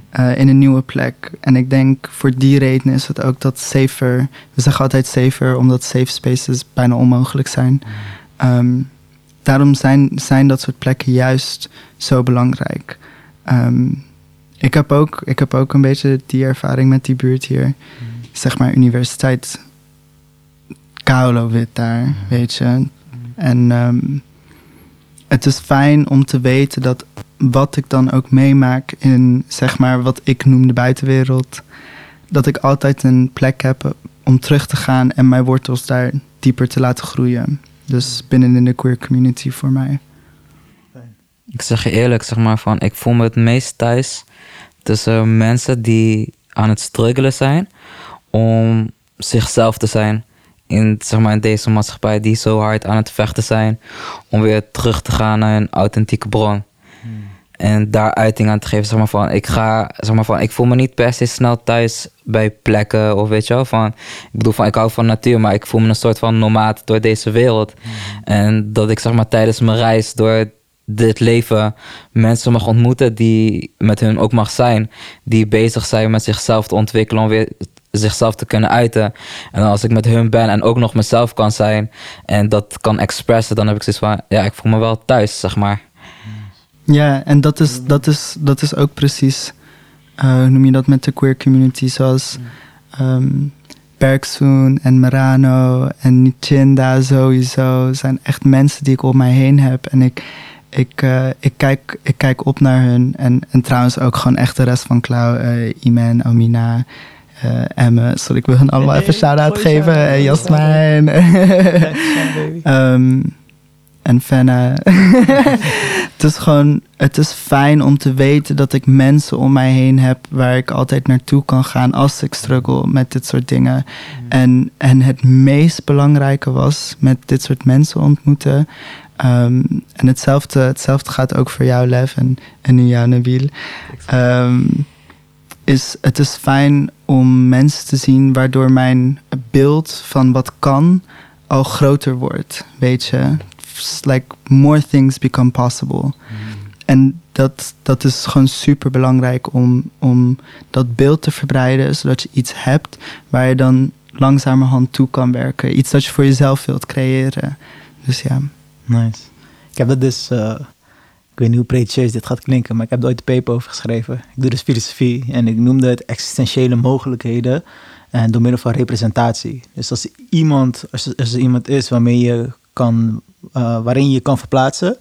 in een nieuwe plek. En ik denk voor die reden is het ook dat safer... We zeggen altijd safer, omdat safe spaces bijna onmogelijk zijn. Daarom zijn dat soort plekken juist zo belangrijk. Ik heb ook een beetje die ervaring met die buurt hier. Zeg maar universiteit Kaulo-wit daar, weet je. En het is fijn om te weten dat wat ik dan ook meemaak in, zeg maar, wat ik noem de buitenwereld, dat ik altijd een plek heb om terug te gaan en mijn wortels daar dieper te laten groeien. Dus binnen in de queer community voor mij. Ik zeg je eerlijk, zeg maar, van ik voel me het meest thuis tussen mensen die aan het struggelen zijn om zichzelf te zijn. Zeg maar, in deze maatschappij die zo hard aan het vechten zijn om weer terug te gaan naar een authentieke bron. En daar uiting aan te geven. Zeg maar van, ik voel me niet per se snel thuis bij plekken of weet je wel. Van, ik bedoel, van, ik hou van natuur, maar ik voel me een soort van nomaat door deze wereld. En dat ik zeg maar tijdens mijn reis door dit leven mensen mag ontmoeten die met hun ook mag zijn. Die bezig zijn met zichzelf te ontwikkelen om weer zichzelf te kunnen uiten. En als ik met hun ben en ook nog mezelf kan zijn en dat kan expressen, dan heb ik zoiets van, ja, ik voel me wel thuis, zeg maar. Ja, en dat is ook precies, hoe noem je dat met de queer community, zoals Bergsoen en Merano en Nichinda sowieso zijn echt mensen die ik om mij heen heb. En ik kijk op naar hun. En trouwens ook gewoon echt de rest van Klauw, Iman, Amina, Emme. Sorry, ik wil hun allemaal even shout-out geven. En Jasmijn. En Fenna. Het is fijn om te weten dat ik mensen om mij heen heb waar ik altijd naartoe kan gaan als ik struggle met dit soort dingen. En het meest belangrijke was met dit soort mensen ontmoeten. En hetzelfde gaat ook voor jou, Lev, en nu jou, Nabil. Het is fijn om mensen te zien waardoor mijn beeld van wat kan al groter wordt, weet je. It's like more things become possible. En dat is gewoon super belangrijk om dat beeld te verbreiden, zodat je iets hebt waar je dan langzamerhand toe kan werken. Iets dat je voor jezelf wilt creëren. Dus ja. Nice. Ik heb dat dus, ik weet niet hoe pretentieus dit gaat klinken, maar ik heb er ooit een paper over geschreven. Ik doe dus filosofie en ik noemde het existentiële mogelijkheden en door middel van representatie. Dus als er iemand is waarmee je waarin je kan verplaatsen,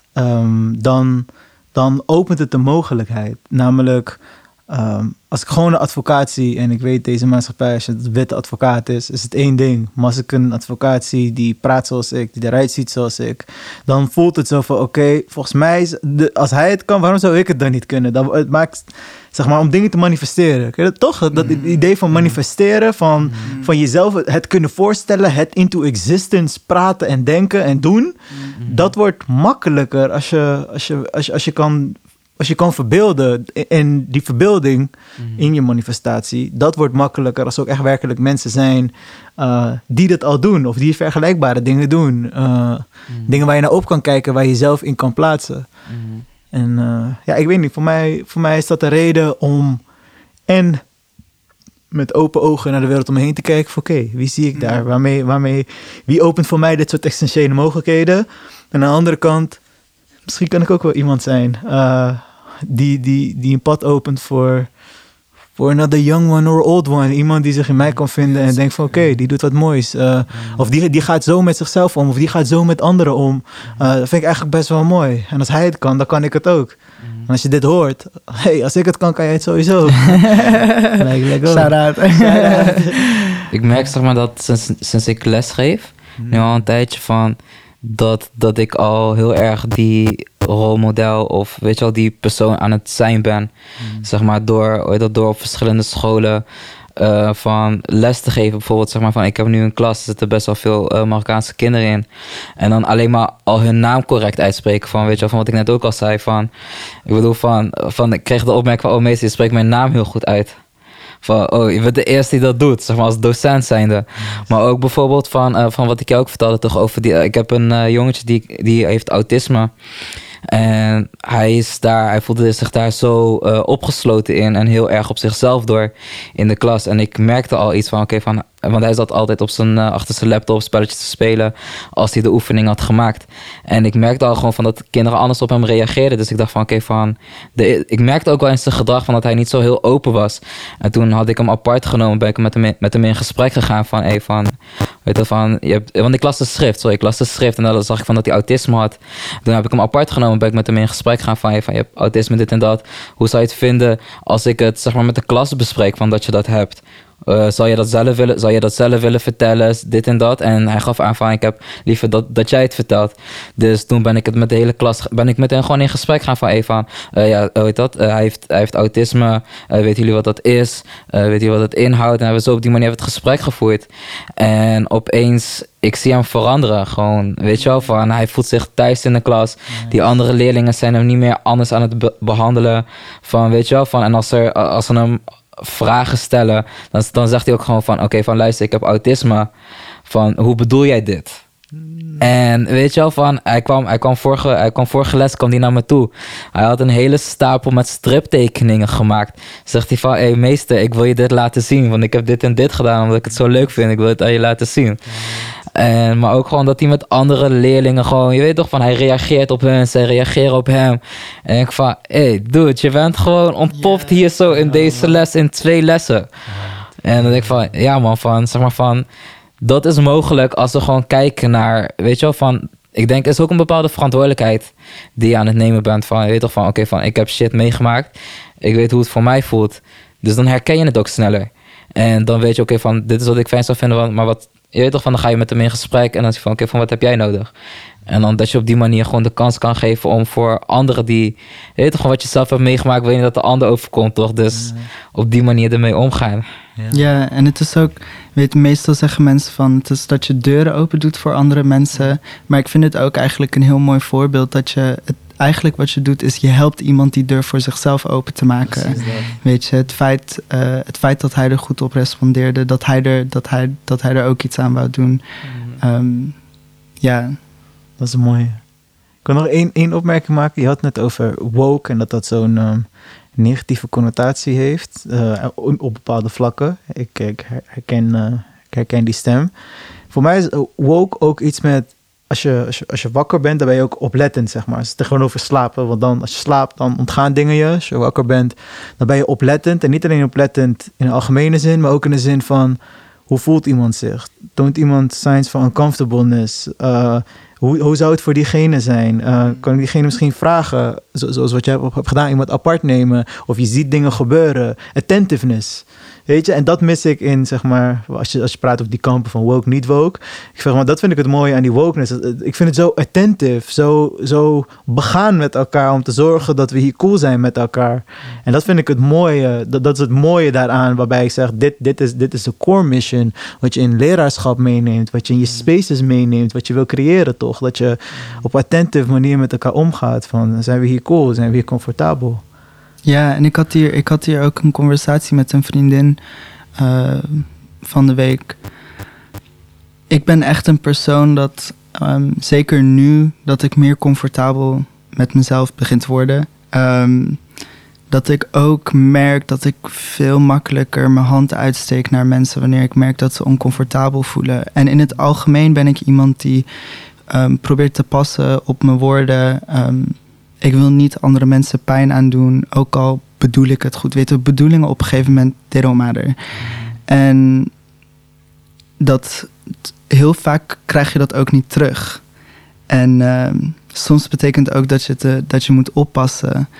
dan opent het de mogelijkheid. Namelijk, als ik gewoon een advocaat zie en ik weet deze maatschappij, als het een witte advocaat is het één ding. Maar als ik een advocaat zie die praat zoals ik, die eruit ziet zoals ik, dan voelt het zo van oké, volgens mij, als hij het kan, waarom zou ik het dan niet kunnen? Het maakt, zeg maar, om dingen te manifesteren. Ken je dat toch? Dat idee van manifesteren, van jezelf het kunnen voorstellen, het into existence praten en denken en doen, dat wordt makkelijker als je kan verbeelden. En die verbeelding in je manifestatie, dat wordt makkelijker als ook echt werkelijk mensen zijn die dat al doen. Of die vergelijkbare dingen doen. Dingen waar je naar op kan kijken, waar je jezelf in kan plaatsen. En ja, ik weet niet, voor mij is dat de reden om en met open ogen naar de wereld om me heen te kijken. Van oké, wie zie ik daar? Wie opent voor mij dit soort existentiële mogelijkheden? En aan de andere kant, misschien kan ik ook wel iemand zijn die een pad opent voor another young one or old one. Iemand die zich in mij kan vinden en denkt van oké, die doet wat moois. Of die gaat zo met zichzelf om, of die gaat zo met anderen om. Dat vind ik eigenlijk best wel mooi. En als hij het kan, dan kan ik het ook. En als je dit hoort, hey, als ik het kan jij het sowieso. Shout-out. Ik merk, zeg maar, dat sinds ik les geef, nu al een tijdje van dat ik al heel erg die rolmodel of weet je wel, die persoon aan het zijn ben. Zeg maar door op verschillende scholen van les te geven. Bijvoorbeeld, zeg maar, van ik heb nu een klas, er zitten best wel veel Marokkaanse kinderen in. En dan alleen maar al hun naam correct uitspreken van, weet je wel, van wat ik net ook al zei. Ik bedoel, ik kreeg de opmerking van, meester, je spreekt mijn naam heel goed uit. Van, je bent de eerste die dat doet, zeg maar, als docent zijnde. Maar ook bijvoorbeeld van wat ik jou ook vertelde, toch over ik heb een jongetje die heeft autisme. En hij voelde zich daar zo opgesloten in en heel erg op zichzelf door in de klas. En ik merkte al iets van, want hij zat altijd op achter zijn laptop spelletjes te spelen als hij de oefening had gemaakt. En ik merkte al gewoon van dat kinderen anders op hem reageerden. Dus ik dacht van ik merkte ook wel in zijn gedrag van dat hij niet zo heel open was. En toen had ik hem apart genomen, ben ik met hem in gesprek gegaan want ik las de schrift en dan zag ik van dat hij autisme had. Toen heb ik hem apart genomen, ben ik met hem in gesprek gegaan van je hebt autisme, dit en dat. Hoe zou je het vinden als ik het zeg maar met de klas bespreek van dat je dat hebt? Zou je dat zelf willen vertellen, dit en dat? En hij gaf aan van, ik heb liever dat jij het vertelt. Dus toen ben ik het met de hele klas, met hen gewoon in gesprek gaan van hij heeft autisme, weten jullie wat dat is? Weten jullie wat dat inhoudt? En hebben we zo op die manier het gesprek gevoerd. En opeens, ik zie hem veranderen, gewoon, weet je wel, van hij voelt zich thuis in de klas. Nice. Die andere leerlingen zijn hem niet meer anders aan het behandelen, van, weet je wel, van, en als ze hem vragen stellen, dan zegt hij ook gewoon van luister, ik heb autisme, van hoe bedoel jij dit? En weet je wel, van hij kwam vorige les kwam hij naar me toe. Hij had een hele stapel met striptekeningen gemaakt. Zegt hij van, meester, ik wil je dit laten zien, want ik heb dit en dit gedaan omdat ik het zo leuk vind, ik wil het aan je laten zien. Maar ook gewoon dat hij met andere leerlingen gewoon, je weet toch, van hij reageert op hun, zij reageren op hem. En ik van, dude, je bent gewoon ontpopt hier zo in deze les, in 2 lessen. En dan denk ik van, ja man, van, zeg maar van, dat is mogelijk als we gewoon kijken naar, weet je wel, van, ik denk, er is ook een bepaalde verantwoordelijkheid die je aan het nemen bent. Van, je weet toch, van, van, ik heb shit meegemaakt, ik weet hoe het voor mij voelt. Dus dan herken je het ook sneller. En dan weet je, van, dit is wat ik fijn zou vinden, maar wat, je weet toch, van, dan ga je met hem in gesprek en dan zeg je van, van, wat heb jij nodig? En dan dat je op die manier gewoon de kans kan geven om voor anderen die, je weet toch, wat je zelf hebt meegemaakt, wil je dat de ander overkomt, toch? Dus op die manier ermee omgaan. Ja, en het is ook, meestal zeggen mensen van, het is dat je deuren open doet voor andere mensen. Maar ik vind het ook eigenlijk een heel mooi voorbeeld dat je eigenlijk wat je doet is je helpt iemand die deur voor zichzelf open te maken. Weet je, het feit dat hij er goed op respondeerde, dat hij er ook iets aan wou doen. Ja. Dat is mooi. Ik wil nog één opmerking maken. Je had het net over woke en dat zo'n negatieve connotatie heeft op bepaalde vlakken. Ik herken die stem. Voor mij is woke ook iets met, als je wakker bent, dan ben je ook oplettend, zeg maar. Het is tegenover slapen, want dan als je slaapt, dan ontgaan dingen je. Als je wakker bent, dan ben je oplettend. En niet alleen oplettend in de algemene zin, maar ook in de zin van, hoe voelt iemand zich? Toont iemand signs van uncomfortableness? Hoe zou het voor diegene zijn? Kan ik diegene misschien vragen, zoals wat jij hebt gedaan, iemand apart nemen? Of je ziet dingen gebeuren. Attentiveness. Weet je, en dat mis ik in, zeg maar, als je praat over die kampen van woke, niet woke. Ik zeg maar, dat vind ik het mooie aan die wokeness. Ik vind het zo attentive, zo begaan met elkaar om te zorgen dat we hier cool zijn met elkaar. En dat vind ik het mooie, dat is het mooie daaraan, waarbij ik zeg, dit is de core mission, wat je in leraarschap meeneemt, wat je in je spaces meeneemt, wat je wil creëren, toch? Dat je op attentive manier met elkaar omgaat, van, zijn we hier cool, zijn we hier comfortabel? Ja, en ik had hier ook een conversatie met een vriendin van de week. Ik ben echt een persoon dat, zeker nu, dat ik meer comfortabel met mezelf begin te worden. Dat ik ook merk dat ik veel makkelijker mijn hand uitsteek naar mensen wanneer ik merk dat ze oncomfortabel voelen. En in het algemeen ben ik iemand die probeert te passen op mijn woorden. Ik wil niet andere mensen pijn aandoen, ook al bedoel ik het goed. Weet je, bedoelingen op een gegeven moment, they don't matter. En dat heel vaak krijg je dat ook niet terug. En soms betekent ook dat je moet oppassen.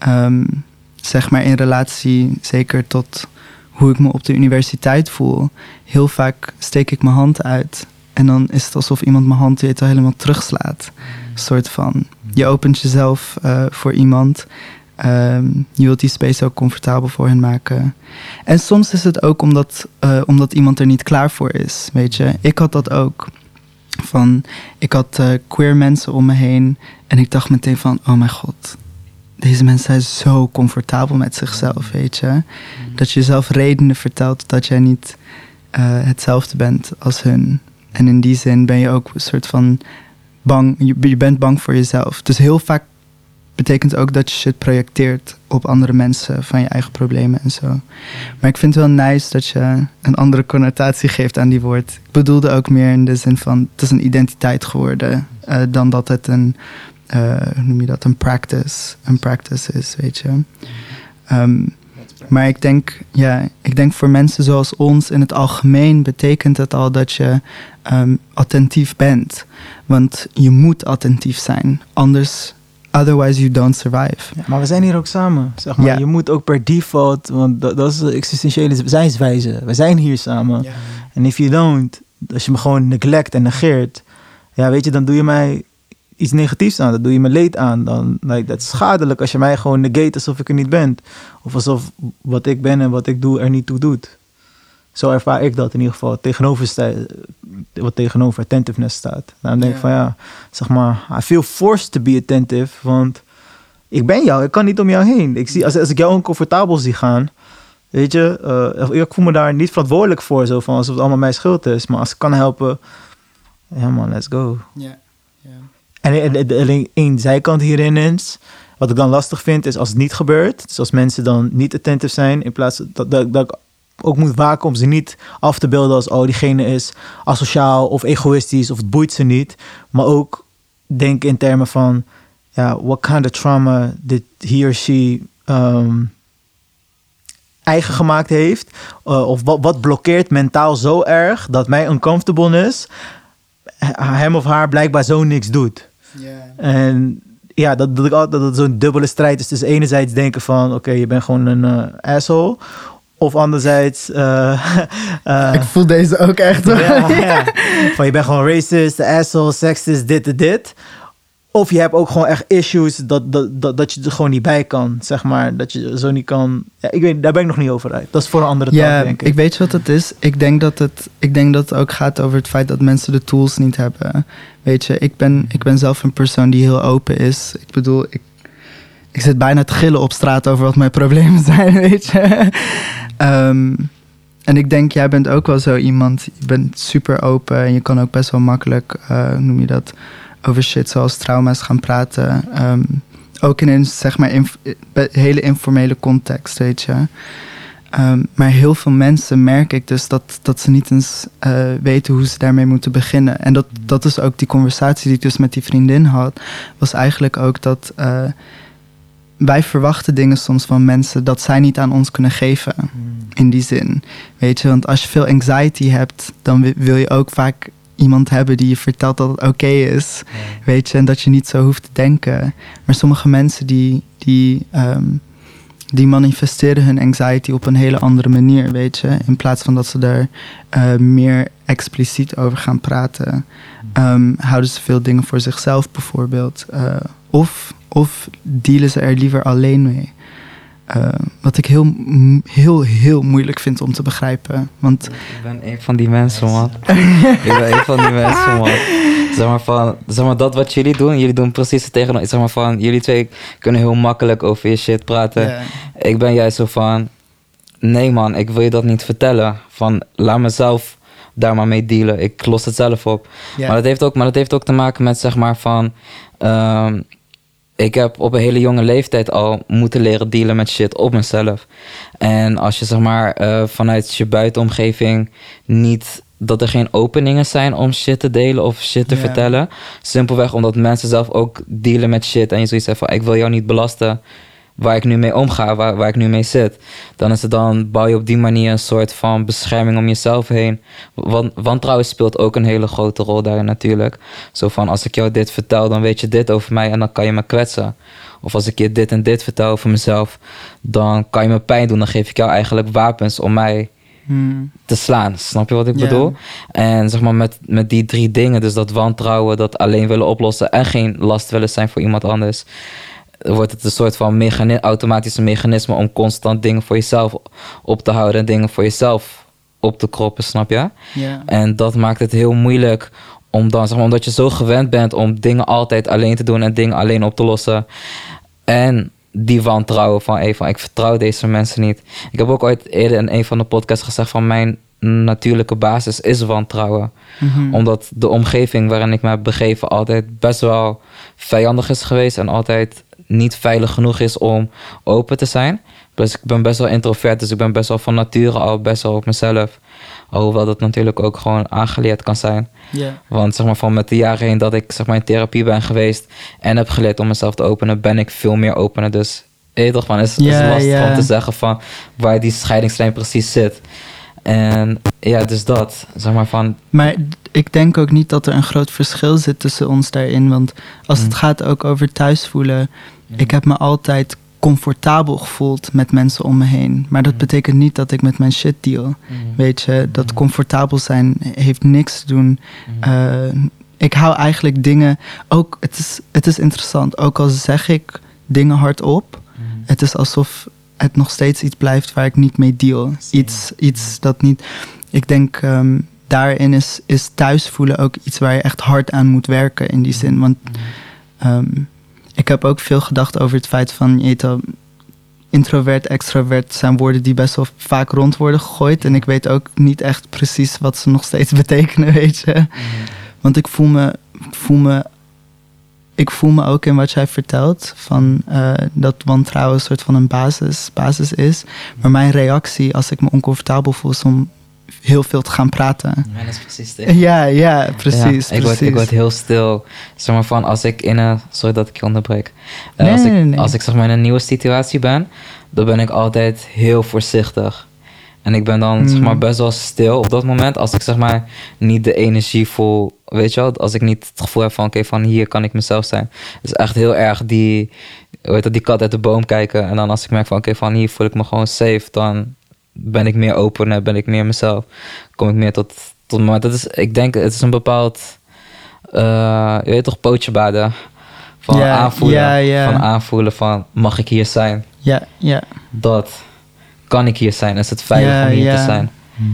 Zeg maar in relatie, zeker tot hoe ik me op de universiteit voel. Heel vaak steek ik mijn hand uit. En dan is het alsof iemand mijn hand weer helemaal terugslaat. Een soort van, je opent jezelf voor iemand. Je wilt die space ook comfortabel voor hen maken. En soms is het ook omdat iemand er niet klaar voor is, weet je. Ik had dat ook. Ik had queer mensen om me heen. En ik dacht meteen van, oh mijn god. Deze mensen zijn zo comfortabel met zichzelf, weet je. Dat je jezelf redenen vertelt dat jij niet hetzelfde bent als hun. En in die zin ben je ook een soort van bang. Je bent bang voor jezelf. Dus heel vaak betekent ook dat je shit projecteert op andere mensen van je eigen problemen en zo. Maar ik vind het wel nice dat je een andere connotatie geeft aan die woord. Ik bedoelde ook meer in de zin van, het is een identiteit geworden, dan dat het een, hoe noem je dat, een practice is, weet je. Maar ik denk voor mensen zoals ons in het algemeen betekent het al dat je attentief bent. Want je moet attentief zijn, otherwise you don't survive. Ja, maar we zijn hier ook samen, zeg maar. Ja. Je moet ook per default, want dat is de existentiële zijnswijze. We zijn hier samen. Ja. En if you don't, als je me gewoon neglect en negeert, ja, weet je, dan doe je mij iets negatiefs aan. Dan doe je me leed aan. Dan, dat is schadelijk als je mij gewoon negate alsof ik er niet ben. Of alsof wat ik ben en wat ik doe er niet toe doet. Zo ervaar ik dat in ieder geval. Wat tegenover attentiveness staat. Dan denk ik van ja, zeg maar, I feel forced to be attentive. Want ik ben jou, ik kan niet om jou heen. Ik zie, als ik jou oncomfortabel zie gaan, weet je, ik voel me daar niet verantwoordelijk voor. Zo van alsof het allemaal mijn schuld is. Maar als ik kan helpen, ja man, let's go. Ja. En alleen één zijkant hierin is, wat ik dan lastig vind, is als het niet gebeurt. Dus als mensen dan niet attentive zijn, in plaats dat ik ook moet waken om ze niet af te beelden als, oh, diegene is asociaal of egoïstisch of het boeit ze niet. Maar ook denken in termen van, ja, what kind of trauma did he or she eigen gemaakt heeft? Of wat blokkeert mentaal zo erg dat mij uncomfortable is, hem of haar blijkbaar zo niks doet. Yeah. En ja, dat het zo'n dubbele strijd is tussen enerzijds denken van, oké, je bent gewoon een asshole. Of anderzijds ik voel deze ook echt. Ja. Van je bent gewoon racist, asshole, sexist, dit. Of je hebt ook gewoon echt issues dat je er gewoon niet bij kan, zeg maar. Dat je zo niet kan. Ja, ik weet, daar ben ik nog niet over uit. Dat is voor een andere taal, denk ik. Ik weet wat het is. Ik denk dat het ook gaat over het feit dat mensen de tools niet hebben. Weet je, ik ben zelf een persoon die heel open is. Ik bedoel, ik zit bijna te gillen op straat over wat mijn problemen zijn, weet je. En ik denk, jij bent ook wel zo iemand. Je bent super open en je kan ook best wel makkelijk, hoe noem je dat, over shit zoals trauma's gaan praten. Ook in een, zeg maar, hele informele context, weet je. Maar heel veel mensen merk ik dus dat ze niet eens weten hoe ze daarmee moeten beginnen. En dat is ook die conversatie die ik dus met die vriendin had. Was eigenlijk ook dat wij verwachten dingen soms van mensen dat zij niet aan ons kunnen geven. In die zin. Weet je, want als je veel anxiety hebt, dan wil je ook vaak iemand hebben die je vertelt dat het oké is. Ja. Weet je, en dat je niet zo hoeft te denken. Maar sommige mensen die manifesteren hun anxiety op een hele andere manier, weet je. In plaats van dat ze er meer expliciet over gaan praten. Houden ze veel dingen voor zichzelf bijvoorbeeld. Of dealen ze er liever alleen mee. Wat ik heel moeilijk vind om te begrijpen. Want ik ben een van die mensen, man. Zeg maar, dat wat jullie doen precies het tegenover. Zeg maar van, jullie twee kunnen heel makkelijk over je shit praten. Yeah. Ik ben juist zo van, nee man, ik wil je dat niet vertellen. Van, laat mezelf daar maar mee dealen. Ik los het zelf op. Yeah. Maar dat heeft ook te maken met, zeg maar, van ik heb op een hele jonge leeftijd al moeten leren dealen met shit op mezelf. En als je, zeg maar, vanuit je buitenomgeving niet, dat er geen openingen zijn om shit te delen of shit te vertellen. Simpelweg omdat mensen zelf ook dealen met shit. En je zoiets zegt van, ik wil jou niet belasten waar ik nu mee omga, waar ik nu mee zit. Dan bouw je op die manier een soort van bescherming om jezelf heen. Wantrouwen speelt ook een hele grote rol daarin natuurlijk. Zo van, als ik jou dit vertel, dan weet je dit over mij en dan kan je me kwetsen. Of als ik je dit en dit vertel over mezelf, dan kan je me pijn doen. Dan geef ik jou eigenlijk wapens om mij te slaan. Snap je wat ik bedoel? En zeg maar met die 3 dingen, dus dat wantrouwen, dat alleen willen oplossen en geen last willen zijn voor iemand anders, wordt het een soort van automatische mechanisme om constant dingen voor jezelf op te houden en dingen voor jezelf op te kroppen, snap je? Yeah. En dat maakt het heel moeilijk om dan, zeg maar, omdat je zo gewend bent om dingen altijd alleen te doen en dingen alleen op te lossen. En die wantrouwen van ik vertrouw deze mensen niet. Ik heb ook ooit eerder in een van de podcasts gezegd van mijn natuurlijke basis is wantrouwen. Mm-hmm. Omdat de omgeving waarin ik me heb begeven altijd best wel vijandig is geweest en altijd niet veilig genoeg is om open te zijn. Dus ik ben best wel introvert, dus ik ben best wel van nature al best wel op mezelf. Alhoewel dat natuurlijk ook gewoon aangeleerd kan zijn. Ja. Want zeg maar van met de jaren heen dat ik zeg maar in therapie ben geweest en heb geleerd om mezelf te openen, ben ik veel meer opener. Dus toch van, is lastig om te zeggen van waar die scheidingslijn precies zit. En ja, dus dat, zeg maar van... Maar ik denk ook niet dat er een groot verschil zit tussen ons daarin. Want als het gaat ook over thuis voelen, ik heb me altijd comfortabel gevoeld met mensen om me heen. Maar dat betekent niet dat ik met mijn shit deal. Weet je, dat comfortabel zijn heeft niks te doen. Ik hou eigenlijk dingen... Ook, het is interessant, ook al zeg ik dingen hardop, het is alsof het nog steeds iets blijft waar ik niet mee deal. Iets dat niet... Ik denk, daarin is thuis voelen ook iets waar je echt hard aan moet werken in die zin. Want ik heb ook veel gedacht over het feit van... introvert, extrovert zijn woorden die best wel vaak rond worden gegooid. En ik weet ook niet echt precies wat ze nog steeds betekenen, weet je. Want ik voel me ook in wat jij vertelt, van dat wantrouwen een soort van een basis is. Maar mijn reactie als ik me oncomfortabel voel is om heel veel te gaan praten. Ja, dat is precies het. Ja, precies. Ja, ik word heel stil. Zeg maar van als ik in een... Sorry dat ik je onderbreek. Nee. Als ik zeg maar in een nieuwe situatie ben, dan ben ik altijd heel voorzichtig. En ik ben dan zeg maar best wel stil op dat moment als ik zeg maar niet de energie voel, weet je wel, als ik niet het gevoel heb van oké, van hier kan ik mezelf zijn. Dus echt heel erg die kat uit de boom kijken. En dan als ik merk van oké, van hier voel ik me gewoon safe, dan ben ik meer open en ben ik meer mezelf. Kom ik meer tot het moment. Dat is, ik denk, het is een bepaald, je weet toch, pootje baden. Van aanvoelen. Van aanvoelen van mag ik hier zijn? Ja. Dat. Kan ik hier zijn? Is het veilig om hier te zijn?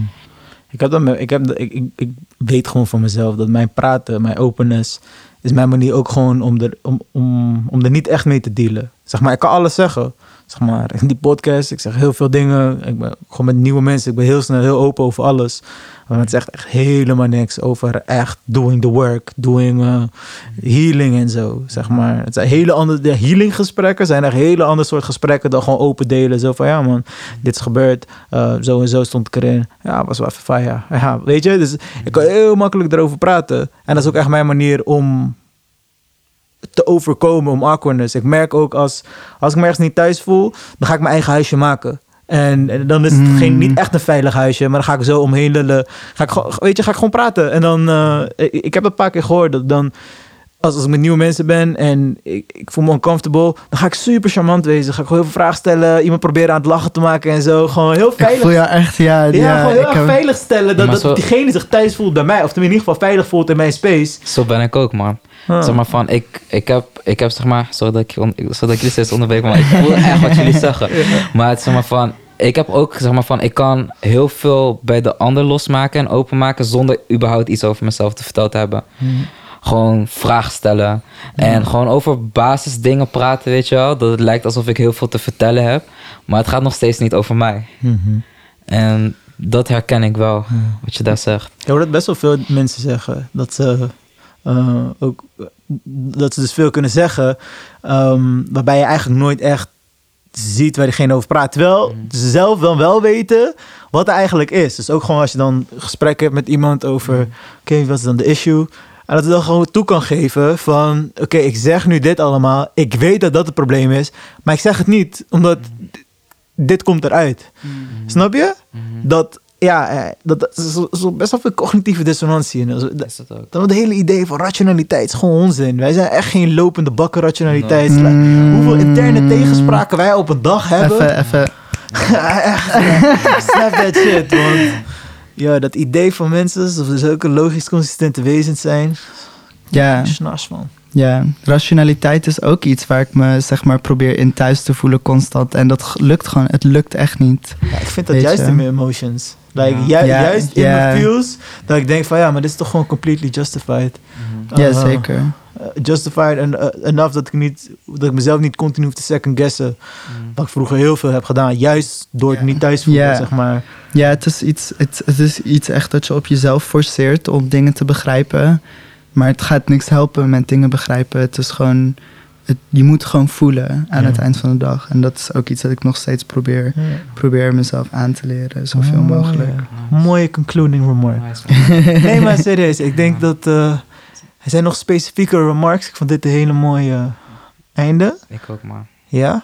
Ik weet gewoon van mezelf dat mijn praten, mijn openness, is mijn manier ook gewoon om er niet echt mee te dealen. Zeg maar, ik kan alles zeggen. Zeg maar, in die podcast, ik zeg heel veel dingen. Ik ben gewoon met nieuwe mensen. Ik ben heel snel heel open over alles. Maar het is echt helemaal niks over echt doing the work, doing healing en zo. Zeg maar, het zijn hele andere, de healing gesprekken zijn echt hele andere soort gesprekken dan gewoon open delen. Zo van ja man, dit is gebeurd. Zo en zo stond ik erin. Ja, was wel even fijn. Ja, weet je, dus ik kan heel makkelijk erover praten. En dat is ook echt mijn manier om te overkomen, om awkwardness. Ik merk ook als ik me ergens niet thuis voel, dan ga ik mijn eigen huisje maken. En dan is het niet echt een veilig huisje, maar dan ga ik zo omheen lullen. Ga ik gewoon praten. En dan, ik heb dat een paar keer gehoord, dat dan, als ik met nieuwe mensen ben en ik voel me uncomfortable, dan ga ik super charmant wezen. Ga ik gewoon heel veel vragen stellen, iemand proberen aan het lachen te maken en zo. Gewoon heel veilig. Ik voel jou echt, gewoon heel erg veilig stellen, dat diegene zich thuis voelt bij mij, of in ieder geval veilig voelt in mijn space. Zo ben ik ook, man. Zeg maar van, ik heb zeg maar, sorry dat ik jullie steeds onderbreek, maar ik voel echt wat jullie zeggen. Maar het zeg maar van, ik heb ook zeg maar van, ik kan heel veel bij de ander losmaken en openmaken zonder überhaupt iets over mezelf te vertellen te hebben. Gewoon vragen stellen en gewoon over basisdingen praten, weet je wel. Dat het lijkt alsof ik heel veel te vertellen heb, maar het gaat nog steeds niet over mij. En dat herken ik wel, wat je daar zegt. Ik hoor dat best wel veel mensen zeggen, dat ze dat ze dus veel kunnen zeggen, waarbij je eigenlijk nooit echt ziet waar diegene over praat. Terwijl ze zelf wel weten wat er eigenlijk is. Dus ook gewoon als je dan gesprek hebt met iemand over, oké, wat is dan de issue? En dat je dan gewoon toe kan geven van, oké, ik zeg nu dit allemaal. Ik weet dat dat het probleem is, maar ik zeg het niet, omdat dit komt eruit. Snap je? Dat is best wel veel cognitieve dissonantie. En dan het hele idee van rationaliteit is gewoon onzin. Wij zijn echt geen lopende bakken rationaliteit. Hoeveel interne tegenspraken wij op een dag hebben. Even. Echt, snap that shit. Want ja, dat idee van mensen, alsof ze zulke logisch consistente wezens zijn. Ja. Snars van. Ja, rationaliteit is ook iets waar ik me zeg maar probeer in thuis te voelen constant. En dat lukt gewoon, het lukt echt niet. Ja, ik vind dat juist in mijn emotions. Juist in mijn feels, dat ik denk van ja, maar dit is toch gewoon completely justified. Ja, zeker. Justified enough dat ik mezelf niet continu hoef te second guessen. Wat ik vroeger heel veel heb gedaan, juist door het niet thuis voelen, zeg maar. Ja, het is iets echt dat je op jezelf forceert om dingen te begrijpen. Maar het gaat niks helpen met dingen begrijpen. Het is gewoon je moet gewoon voelen aan het eind van de dag. En dat is ook iets dat ik nog steeds probeer mezelf aan te leren, zoveel mogelijk. Mooie concluding remark. Nee, maar serieus. Ik denk dat er zijn nog specifieke remarks. Ik vond dit een hele mooie einde. Ik ook, man. Ja?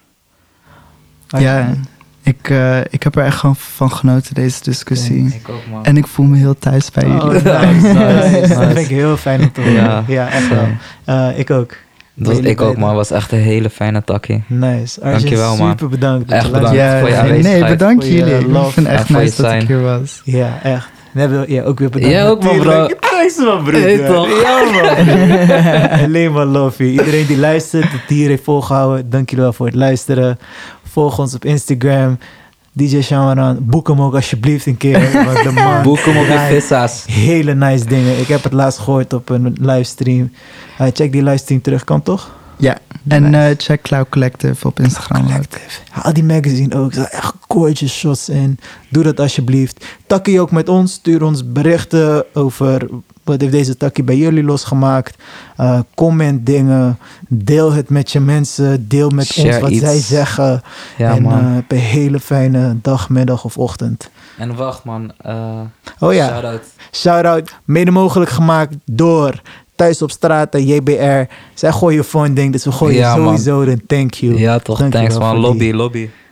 Ja, ik heb er echt gewoon van genoten, deze discussie. Ik ook, man. En ik voel me heel thuis bij jullie. Nice. Dat vind ik heel fijn om te horen. Ja, echt wel. Ik ook. Ik ook, man. Was echt een hele fijne takkie. Nice. Dankjewel, man. Super bedankt. Echt bedankt Ja, voor je nee, aanwezigheid. bedankt Voor je jullie. Ik love. vind het echt En voor je nice dat ik zijn. hier was. Ja, echt. We hebben ook weer bedankt. Jij ook, man, bro. Natuurlijk. Thanks, man, broer. Hey, toch? Ja, man. Alleen maar love you. Iedereen die luistert, het hier heeft volgehouden. Dank jullie wel voor het luisteren. Volg ons op Instagram. DJ Shamaran. Boek hem ook alsjeblieft een keer. Want de man Boek hem op je draait vissa's. hele nice dingen. Ik heb het laatst gehoord op een livestream. Check die livestream terug, kan toch? Ja, en check Cloud Collective op Instagram. Collective. Haal die magazine ook. Er zijn echt gorgeous shots in. Doe dat alsjeblieft. Takkie ook met ons. Stuur ons berichten over wat heeft deze takkie bij jullie losgemaakt. Comment dingen. Deel het met je mensen. Deel met Share ons wat iets. zij zeggen. Ja, en man. heb een hele fijne dag, middag of ochtend. En wacht, man. Oh ja. Shout-out. Shout-out. Mede mogelijk gemaakt door Thuis op Straat en JBR. Zij gooien funding, dus we gooien Ja, man. sowieso een thank you. Ja, toch. Dank je Thanks, wel man. voor die- Lobby.